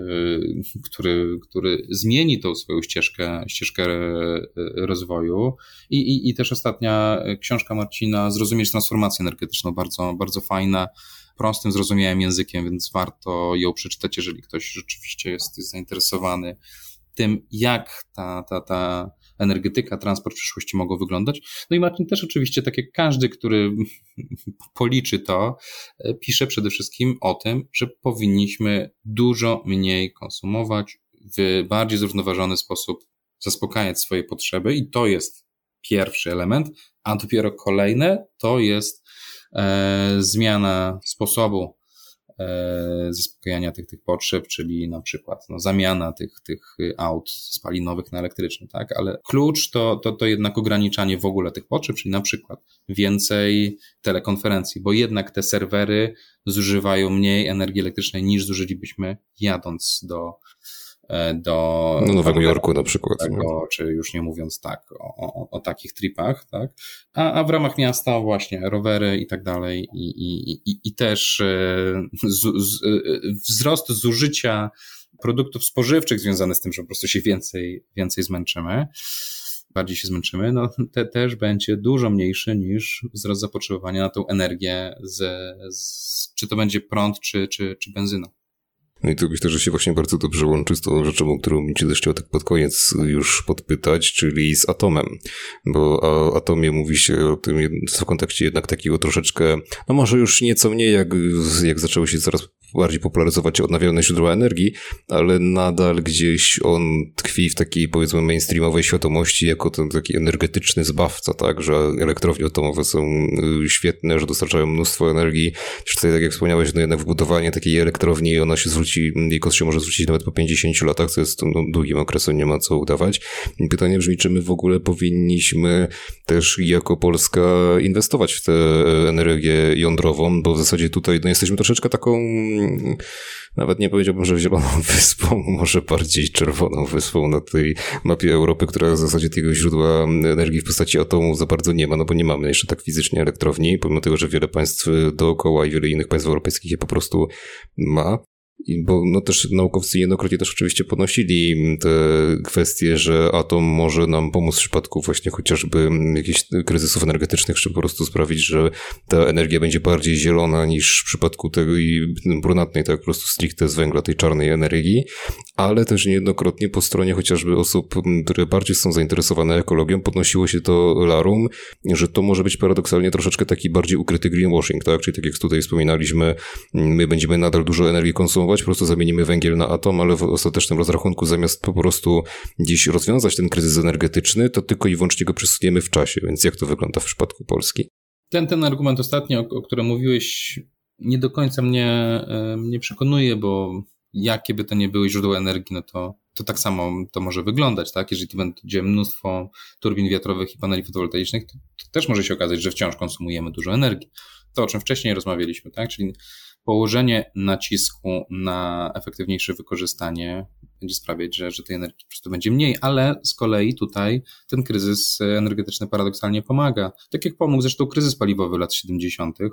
który, który zmieni tą swoją ścieżkę, ścieżkę rozwoju. I, i, i też ostatnia książka Marcina, Zrozumieć transformację energetyczną, bardzo, bardzo fajna, prostym, zrozumiałym językiem, więc warto ją przeczytać, jeżeli ktoś rzeczywiście jest, jest zainteresowany tym, jak ta, ta, ta energetyka, transport w przyszłości mogą wyglądać. No i Marcin też oczywiście, tak jak każdy, który policzy to, pisze przede wszystkim o tym, że powinniśmy dużo mniej konsumować, w bardziej zrównoważony sposób zaspokajać swoje potrzeby i to jest pierwszy element, a dopiero kolejne to jest e, zmiana sposobu zaspokajania tych, tych potrzeb, czyli na przykład no, zamiana tych, tych aut spalinowych na elektryczne, tak? Ale klucz to, to, to jednak ograniczanie w ogóle tych potrzeb, czyli na przykład więcej telekonferencji, bo jednak te serwery zużywają mniej energii elektrycznej niż zużylibyśmy jadąc do do no, Nowego Jorku na przykład. Tego, czy już nie mówiąc tak o, o, o takich tripach, tak? A, a w ramach miasta właśnie rowery i tak dalej i, i, i, i też z, z, wzrost zużycia produktów spożywczych związany z tym, że po prostu się więcej, więcej zmęczymy, bardziej się zmęczymy, no te też będzie dużo mniejszy niż wzrost zapotrzebowania na tą energię, z, z, czy to będzie prąd, czy, czy, czy benzyna. No i to myślę, że się właśnie bardzo dobrze łączy z tą rzeczą, o którą Cię też chciał tak pod koniec już podpytać, czyli z atomem. Bo o atomie mówi się o tym w kontekście jednak takiego troszeczkę, no może już nieco mniej, jak, jak zaczęło się coraz bardziej popularyzować odnawialne źródła energii, ale nadal gdzieś on tkwi w takiej, powiedzmy, mainstreamowej świadomości jako ten taki energetyczny zbawca, tak, że elektrownie atomowe są świetne, że dostarczają mnóstwo energii. Też tutaj, tak jak wspomniałeś, no jednak wbudowanie takiej elektrowni, ona się zwróci, jej koszt się może zwrócić nawet po pięćdziesięciu latach, co jest no, długim okresem, nie ma co udawać. I pytanie brzmi, czy my w ogóle powinniśmy też jako Polska inwestować w tę energię jądrową, bo w zasadzie tutaj no, jesteśmy troszeczkę taką, nawet nie powiedziałbym, że zieloną wyspą, może bardziej czerwoną wyspą na tej mapie Europy, która w zasadzie tego źródła energii w postaci atomu za bardzo nie ma, no bo nie mamy jeszcze tak fizycznie elektrowni, pomimo tego, że wiele państw dookoła i wiele innych państw europejskich je po prostu ma. I bo no też naukowcy niejednokrotnie też oczywiście podnosili te kwestie, że atom może nam pomóc w przypadku właśnie chociażby jakichś kryzysów energetycznych, czy po prostu sprawić, że ta energia będzie bardziej zielona niż w przypadku tej brunatnej, tak po prostu stricte z węgla, tej czarnej energii, ale też niejednokrotnie po stronie chociażby osób, które bardziej są zainteresowane ekologią, podnosiło się to larum, że to może być paradoksalnie troszeczkę taki bardziej ukryty greenwashing, tak? Czyli tak jak tutaj wspominaliśmy, my będziemy nadal dużo energii konsumować, po prostu zamienimy węgiel na atom, ale w ostatecznym rozrachunku zamiast po prostu dziś rozwiązać ten kryzys energetyczny, to tylko i wyłącznie go przesuniemy w czasie. Więc jak to wygląda w przypadku Polski? Ten, ten argument ostatni, o, o którym mówiłeś, nie do końca mnie, mnie przekonuje, bo jakie by to nie były źródła energii, no to, to tak samo to może wyglądać, tak? Jeżeli tu będzie mnóstwo turbin wiatrowych i paneli fotowoltaicznych, to, to też może się okazać, że wciąż konsumujemy dużo energii. To, o czym wcześniej rozmawialiśmy, tak? Czyli położenie nacisku na efektywniejsze wykorzystanie będzie sprawiać, że, że tej energii po prostu będzie mniej, ale z kolei tutaj ten kryzys energetyczny paradoksalnie pomaga. Tak jak pomógł zresztą kryzys paliwowy lat siedemdziesiątych,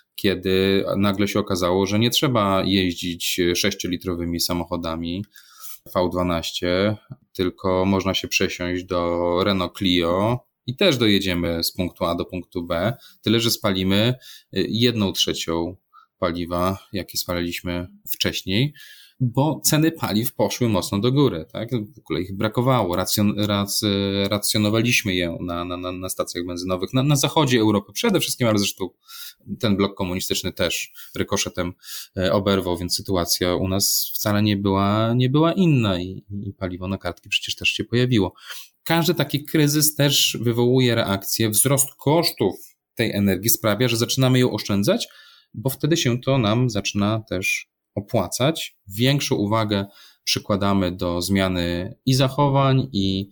kiedy nagle się okazało, że nie trzeba jeździć sześciolitrowymi samochodami V dwanaście, tylko można się przesiąść do Renault Clio i też dojedziemy z punktu A do punktu B, tyle że spalimy jedną trzecią paliwa, jakie spaliliśmy wcześniej, bo ceny paliw poszły mocno do góry, tak? W ogóle ich brakowało, racjon, rac, racjonowaliśmy je na, na, na stacjach benzynowych, na, na zachodzie Europy przede wszystkim, ale zresztą ten blok komunistyczny też rykoszetem oberwał, więc sytuacja u nas wcale nie była, nie była inna i, i paliwo na kartki przecież też się pojawiło. Każdy taki kryzys też wywołuje reakcję, wzrost kosztów tej energii sprawia, że zaczynamy ją oszczędzać, bo wtedy się to nam zaczyna też opłacać. Większą uwagę przykładamy do zmiany i zachowań, i,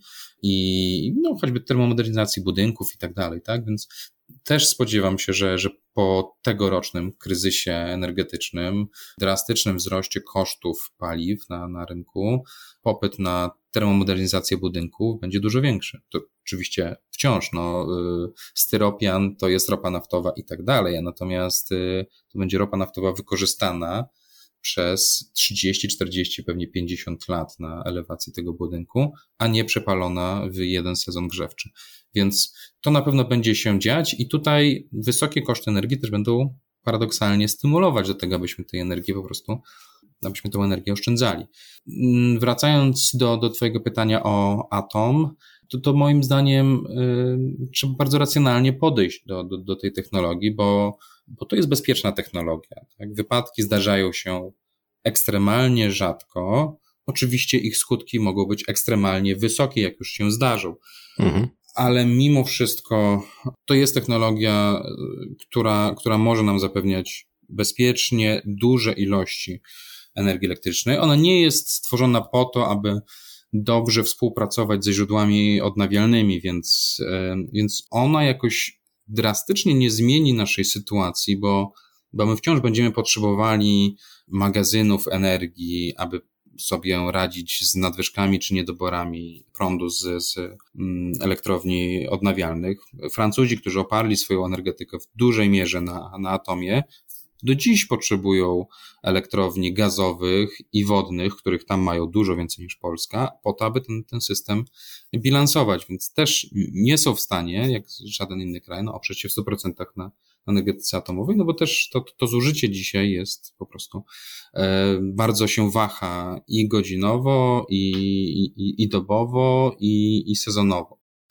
i no, choćby termomodernizacji budynków i tak dalej, tak? Więc też spodziewam się, że, że po tegorocznym kryzysie energetycznym, drastycznym wzroście kosztów paliw na, na rynku, popyt na termomodernizację budynków będzie dużo większy. To oczywiście wciąż, no, styropian to jest ropa naftowa i tak dalej, natomiast to będzie ropa naftowa wykorzystana przez trzydzieści, czterdzieści, pewnie pięćdziesiąt lat na elewacji tego budynku, a nie przepalona w jeden sezon grzewczy. Więc to na pewno będzie się dziać i tutaj wysokie koszty energii też będą paradoksalnie stymulować do tego, abyśmy tej energii po prostu, abyśmy tę energię oszczędzali. Wracając do, do twojego pytania o atom, to, to moim zdaniem y, trzeba bardzo racjonalnie podejść do, do, do tej technologii, bo, bo to jest bezpieczna technologia. Tak? Wypadki zdarzają się ekstremalnie rzadko. Oczywiście ich skutki mogą być ekstremalnie wysokie, jak już się zdarzą. Mhm. Ale mimo wszystko to jest technologia, która, która może nam zapewniać bezpiecznie duże ilości energii elektrycznej. Ona nie jest stworzona po to, aby dobrze współpracować ze źródłami odnawialnymi, więc, więc ona jakoś drastycznie nie zmieni naszej sytuacji, bo, bo my wciąż będziemy potrzebowali magazynów energii, aby sobie radzić z nadwyżkami czy niedoborami prądu z, z elektrowni odnawialnych. Francuzi, którzy oparli swoją energetykę w dużej mierze na, na atomie, do dziś potrzebują elektrowni gazowych i wodnych, których tam mają dużo więcej niż Polska, po to, aby ten, ten system bilansować, więc też nie są w stanie, jak żaden inny kraj, no, oprzeć się w stu procentach na energetyce atomowej, no bo też to, to zużycie dzisiaj jest po prostu e, bardzo się waha i godzinowo, i, i, i dobowo, i, i sezonowo.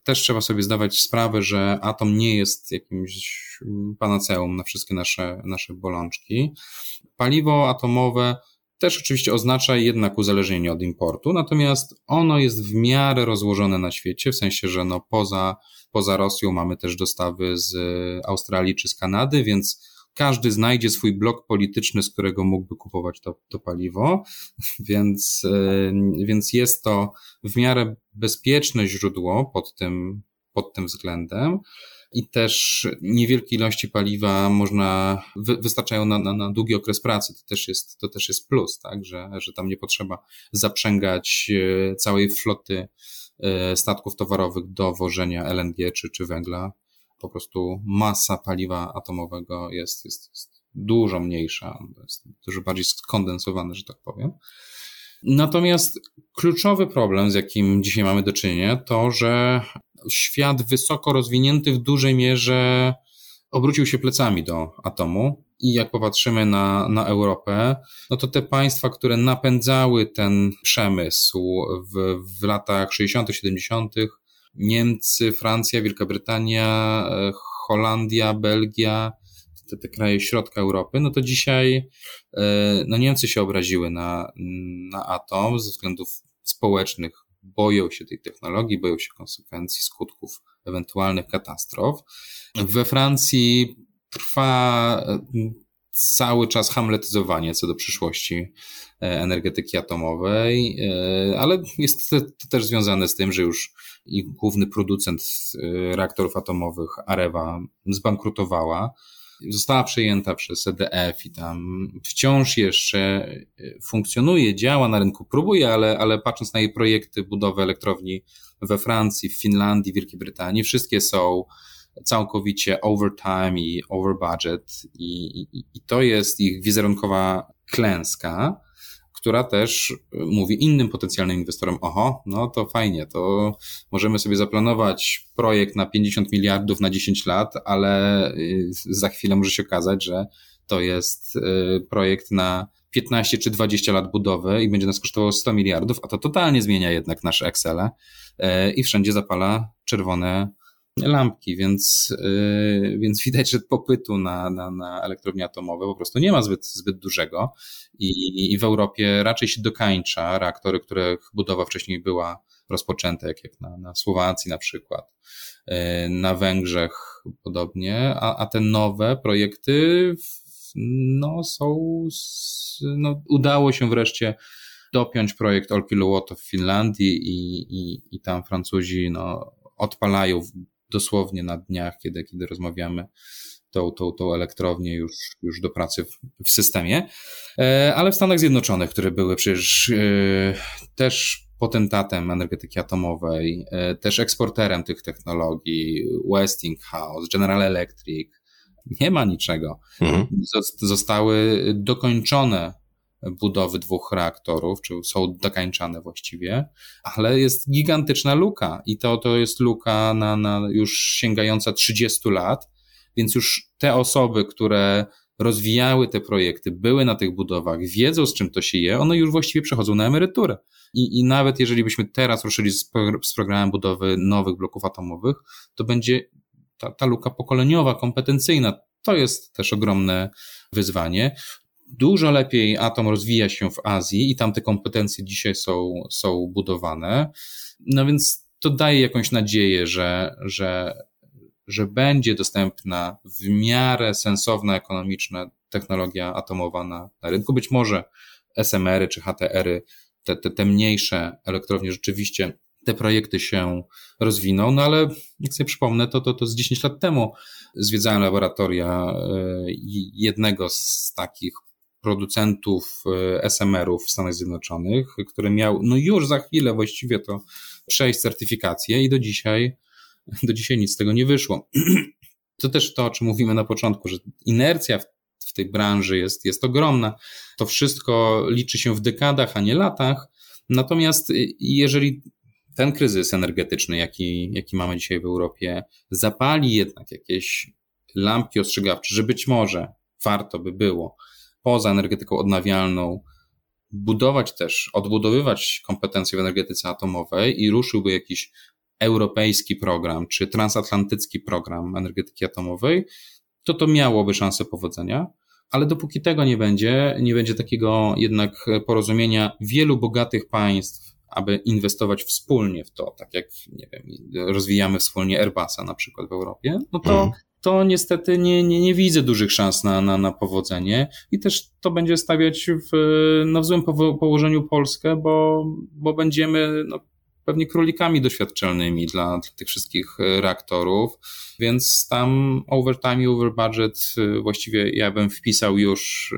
też trzeba sobie zdawać sprawę, że atom nie jest jakimś panaceum na wszystkie nasze, nasze bolączki. Paliwo atomowe też oczywiście oznacza jednak uzależnienie od importu, natomiast ono jest w miarę rozłożone na świecie, w sensie, że no poza, poza Rosją mamy też dostawy z Australii czy z Kanady, więc każdy znajdzie swój blok polityczny, z którego mógłby kupować to, to paliwo, więc, więc jest to w miarę bezpieczne źródło pod tym, pod tym względem. I też niewielkie ilości paliwa można, wy, wystarczają na, na, na długi okres pracy. To też jest, to też jest plus, tak, że, że tam nie potrzeba zaprzęgać całej floty statków towarowych do wożenia L N G czy, czy węgla. Po prostu masa paliwa atomowego jest, jest, jest dużo mniejsza, jest dużo bardziej skondensowane, że tak powiem. Natomiast kluczowy problem, z jakim dzisiaj mamy do czynienia, to, że świat wysoko rozwinięty w dużej mierze obrócił się plecami do atomu i jak popatrzymy na, na Europę, no to te państwa, które napędzały ten przemysł w, w latach sześćdziesiątych, siedemdziesiątych, Niemcy, Francja, Wielka Brytania, Holandia, Belgia, te, te kraje środka Europy, no to dzisiaj no Niemcy się obraziły na, na atom ze względów społecznych, boją się tej technologii, boją się konsekwencji, skutków ewentualnych katastrof. We Francji trwa cały czas hamletyzowanie co do przyszłości energetyki atomowej, ale jest to też związane z tym, że już i główny producent reaktorów atomowych Areva zbankrutowała, została przejęta przez E D F i tam wciąż jeszcze funkcjonuje, działa na rynku, próbuje, ale, ale patrząc na jej projekty budowy elektrowni we Francji, w Finlandii, Wielkiej Brytanii, wszystkie są całkowicie overtime i over budget i, i, i to jest ich wizerunkowa klęska, która też mówi innym potencjalnym inwestorom, oho, no to fajnie, to możemy sobie zaplanować projekt na pięćdziesiąt miliardów na dziesięć lat, ale za chwilę może się okazać, że to jest projekt na piętnaście czy dwadzieścia lat budowy i będzie nas kosztowało sto miliardów, a to totalnie zmienia jednak nasze Excele i wszędzie zapala czerwone lampki, więc, yy, więc widać, że popytu na, na, na elektrownie atomowe po prostu nie ma zbyt, zbyt dużego i, i w Europie raczej się dokańcza reaktory, których budowa wcześniej była rozpoczęta, jak, jak na, na Słowacji na przykład, yy, na Węgrzech podobnie, a, a te nowe projekty no są, no udało się wreszcie dopiąć projekt All Kilowatt w Finlandii i, i, i tam Francuzi no odpalają dosłownie na dniach, kiedy, kiedy rozmawiamy, tą, tą, tą elektrownię już, już do pracy w, w systemie. Ale w Stanach Zjednoczonych, które były przecież też potentatem energetyki atomowej, też eksporterem tych technologii, Westinghouse, General Electric, nie ma niczego. Mhm. Zostały dokończone budowy dwóch reaktorów, czy są dokańczane właściwie, ale jest gigantyczna luka i to, to jest luka na, na już sięgająca trzydziestu lat, więc już te osoby, które rozwijały te projekty, były na tych budowach, wiedzą z czym to się je, one już właściwie przechodzą na emeryturę. I, i nawet jeżeli byśmy teraz ruszyli z, z programem budowy nowych bloków atomowych, to będzie ta, ta luka pokoleniowa, kompetencyjna. To jest też ogromne wyzwanie. Dużo lepiej atom rozwija się w Azji i tam te kompetencje dzisiaj są, są budowane. No więc to daje jakąś nadzieję, że, że, że będzie dostępna w miarę sensowna, ekonomiczna technologia atomowa na, na rynku. Być może S M R y czy H T R y, te, te, te mniejsze elektrownie rzeczywiście te projekty się rozwiną, no ale jak sobie przypomnę, to, to, to z dziesięć lat temu zwiedzałem laboratoria jednego z takich producentów S M R ów w Stanach Zjednoczonych, który miał no już za chwilę właściwie to przejść certyfikację i do dzisiaj, do dzisiaj nic z tego nie wyszło. To też to, o czym mówimy na początku, że inercja w, w tej branży jest, jest ogromna. To wszystko liczy się w dekadach, a nie latach. Natomiast jeżeli ten kryzys energetyczny, jaki, jaki mamy dzisiaj w Europie, zapali jednak jakieś lampki ostrzegawcze, że być może warto by było poza energetyką odnawialną budować też, odbudowywać kompetencje w energetyce atomowej i ruszyłby jakiś europejski program, czy transatlantycki program energetyki atomowej, to to miałoby szansę powodzenia, ale dopóki tego nie będzie, nie będzie takiego jednak porozumienia wielu bogatych państw, aby inwestować wspólnie w to, tak jak, nie wiem, rozwijamy wspólnie Airbusa na przykład w Europie, no to, mm. to niestety nie, nie, nie widzę dużych szans na, na, na powodzenie i też to będzie stawiać w, no, w złym położeniu Polskę, bo, bo będziemy no, pewnie królikami doświadczalnymi dla, dla tych wszystkich reaktorów, więc tam overtime i over budget właściwie ja bym wpisał już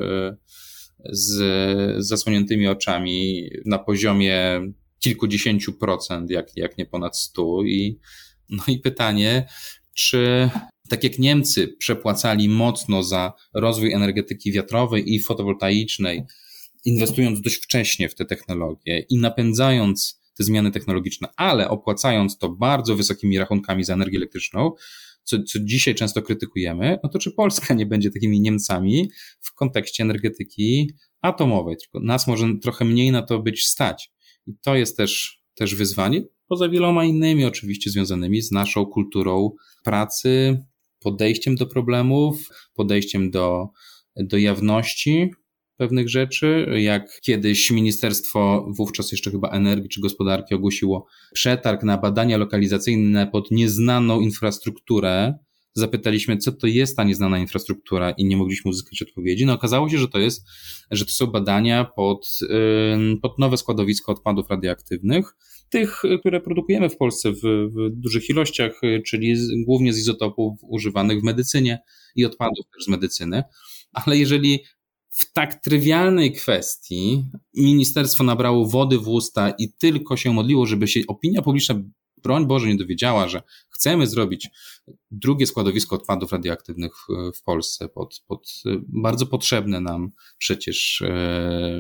z, z zasłoniętymi oczami na poziomie kilkudziesięciu procent, jak, jak nie ponad stu. I, no i pytanie, czy tak jak Niemcy przepłacali mocno za rozwój energetyki wiatrowej i fotowoltaicznej, inwestując dość wcześnie w te technologie i napędzając te zmiany technologiczne, ale opłacając to bardzo wysokimi rachunkami za energię elektryczną, co, co dzisiaj często krytykujemy, no to czy Polska nie będzie takimi Niemcami w kontekście energetyki atomowej? Tylko nas może trochę mniej na to być stać. I to jest też, też wyzwanie, poza wieloma innymi oczywiście związanymi z naszą kulturą pracy, podejściem do problemów, podejściem do, do jawności pewnych rzeczy, jak kiedyś Ministerstwo, wówczas jeszcze chyba Energii czy Gospodarki, ogłosiło przetarg na badania lokalizacyjne pod nieznaną infrastrukturę. Zapytaliśmy, co to jest ta nieznana infrastruktura i nie mogliśmy uzyskać odpowiedzi. No okazało się, że to jest, że to są badania pod, pod nowe składowisko odpadów radioaktywnych, tych, które produkujemy w Polsce w, w dużych ilościach, czyli z, głównie z izotopów używanych w medycynie i odpadów też z medycyny. Ale jeżeli w tak trywialnej kwestii ministerstwo nabrało wody w usta i tylko się modliło, żeby się opinia publiczna, broń Boże, nie dowiedziała, że chcemy zrobić drugie składowisko odpadów radioaktywnych w, w Polsce, pod, pod bardzo potrzebne nam przecież e,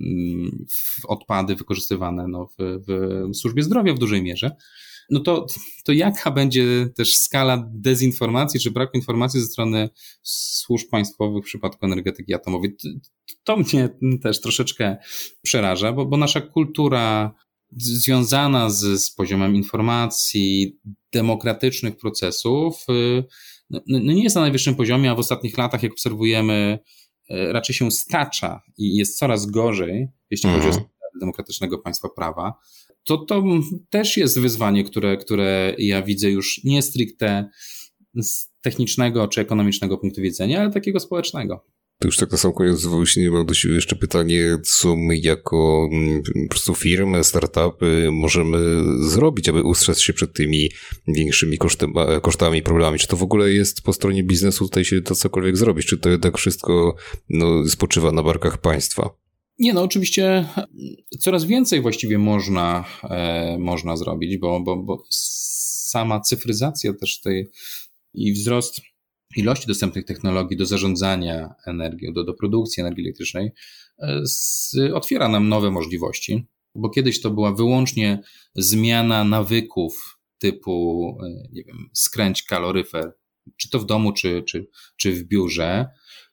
odpady wykorzystywane no, w, w służbie zdrowia w dużej mierze, no to, to jaka będzie też skala dezinformacji czy braku informacji ze strony służb państwowych w przypadku energetyki atomowej? To mnie też troszeczkę przeraża, bo, bo nasza kultura związana z, z poziomem informacji, demokratycznych procesów, no, no nie jest na najwyższym poziomie, a w ostatnich latach, jak obserwujemy, raczej się stacza i jest coraz gorzej, jeśli chodzi o demokratycznego państwa prawa. To, to też jest wyzwanie, które, które ja widzę już nie stricte z technicznego czy ekonomicznego punktu widzenia, ale takiego społecznego. To już tak na sam koniec, właśnie mam do siebie jeszcze pytanie, co my jako po prostu firmy, startupy możemy zrobić, aby ustrzec się przed tymi większymi kosztem, kosztami, problemami. Czy to w ogóle jest po stronie biznesu tutaj się to cokolwiek zrobić? Czy to jednak wszystko no, spoczywa na barkach państwa? Nie, no oczywiście coraz więcej właściwie można, e, można zrobić, bo, bo, bo sama cyfryzacja też tej i wzrost ilości dostępnych technologii do zarządzania energią, do, do produkcji energii elektrycznej e, z, otwiera nam nowe możliwości, bo kiedyś to była wyłącznie zmiana nawyków typu, e, nie wiem, skręć kaloryfer, czy to w domu, czy, czy, czy w biurze.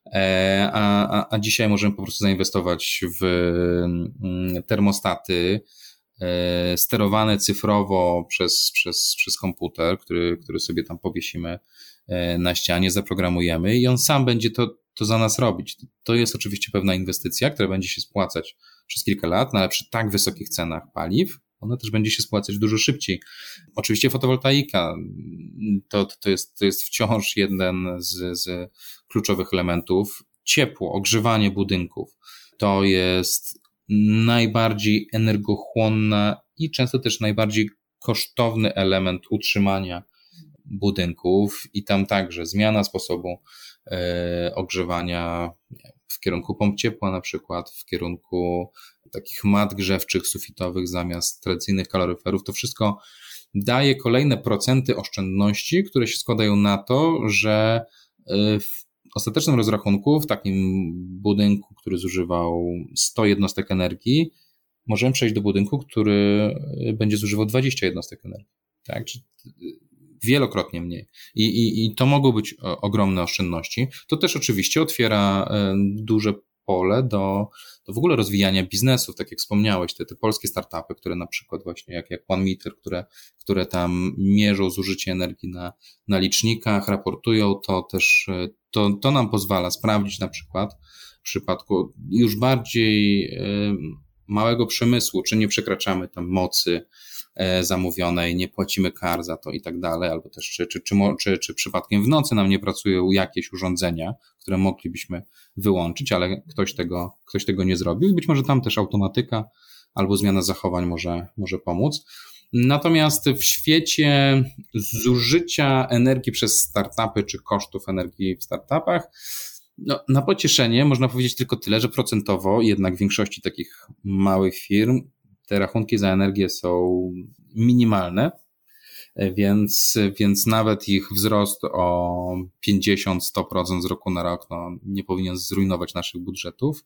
A, a, a dzisiaj możemy po prostu zainwestować w termostaty sterowane cyfrowo przez, przez, przez komputer, który, który sobie tam powiesimy na ścianie, zaprogramujemy i on sam będzie to, to za nas robić. To jest oczywiście pewna inwestycja, która będzie się spłacać przez kilka lat, no ale przy tak wysokich cenach paliw ona też będzie się spłacać dużo szybciej. Oczywiście fotowoltaika to, to, jest, to jest wciąż jeden z, z kluczowych elementów. Ciepło, ogrzewanie budynków to jest najbardziej energochłonna i często też najbardziej kosztowny element utrzymania budynków i tam także zmiana sposobu e, ogrzewania w kierunku pomp ciepła na przykład, w kierunku takich mat grzewczych, sufitowych zamiast tradycyjnych kaloryferów, to wszystko daje kolejne procenty oszczędności, które się składają na to, że w ostatecznym rozrachunku w takim budynku, który zużywał sto jednostek energii, możemy przejść do budynku, który będzie zużywał dwadzieścia jednostek energii. Tak? Czy wielokrotnie mniej. I, i, I to mogą być ogromne oszczędności. To też oczywiście otwiera duże pole do, do w ogóle rozwijania biznesów, tak jak wspomniałeś, te, te polskie startupy, które na przykład właśnie jak, jak One Meter, które, które tam mierzą zużycie energii na, na licznikach, raportują, to też to, to nam pozwala sprawdzić na przykład w przypadku już bardziej y, małego przemysłu, czy nie przekraczamy tam mocy zamówionej, nie płacimy kar za to i tak dalej, albo też czy, czy, czy, czy, czy przypadkiem w nocy nam nie pracują jakieś urządzenia, które moglibyśmy wyłączyć, ale ktoś tego, ktoś tego nie zrobił i być może tam też automatyka albo zmiana zachowań może, może pomóc. Natomiast w świecie zużycia energii przez startupy czy kosztów energii w startupach, no, na pocieszenie można powiedzieć tylko tyle, że procentowo jednak w większości takich małych firm te rachunki za energię są minimalne, więc, więc nawet ich wzrost o pięćdziesiąt do stu procent z roku na rok no, nie powinien zrujnować naszych budżetów,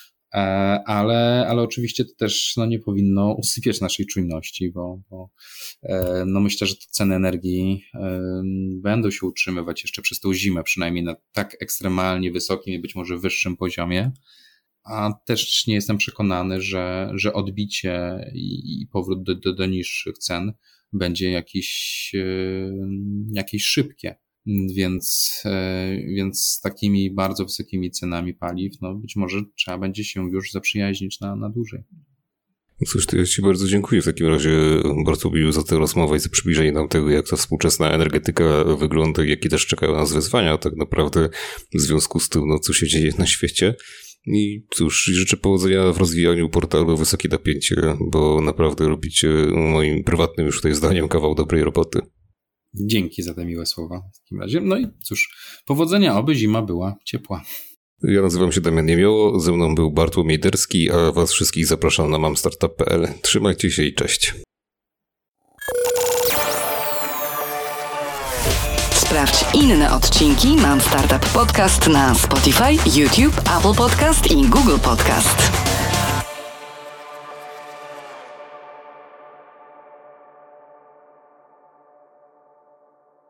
ale, ale oczywiście to też no, nie powinno usypiać naszej czujności, bo, bo no, myślę, że te ceny energii będą się utrzymywać jeszcze przez tą zimę, przynajmniej na tak ekstremalnie wysokim i być może wyższym poziomie. A też nie jestem przekonany, że, że odbicie i, i powrót do, do, do niższych cen będzie jakiś, yy, jakieś szybkie. Więc, yy, więc z takimi bardzo wysokimi cenami paliw, no być może trzeba będzie się już zaprzyjaźnić na, na dłużej. Cóż, to ja Ci bardzo dziękuję w takim razie, Bartłomieju, za tę rozmowę i za przybliżenie nam tego, jak ta współczesna energetyka wygląda i jakie też czekają nas wyzwania tak naprawdę w związku z tym, no, co się dzieje na świecie. I cóż, życzę powodzenia w rozwijaniu portalu Wysokie Napięcie, bo naprawdę robicie moim prywatnym już tutaj zdaniem kawał dobrej roboty. Dzięki za te miłe słowa w takim razie. No i cóż, powodzenia, oby zima była ciepła. Ja nazywam się Damian Niemioło, ze mną był Bartłomiej Derski, a was wszystkich zapraszam na mam startup kropka p l. Trzymajcie się i cześć. Sprawdź inne odcinki Mam Startup Podcast na Spotify, YouTube, Apple Podcast i Google Podcast.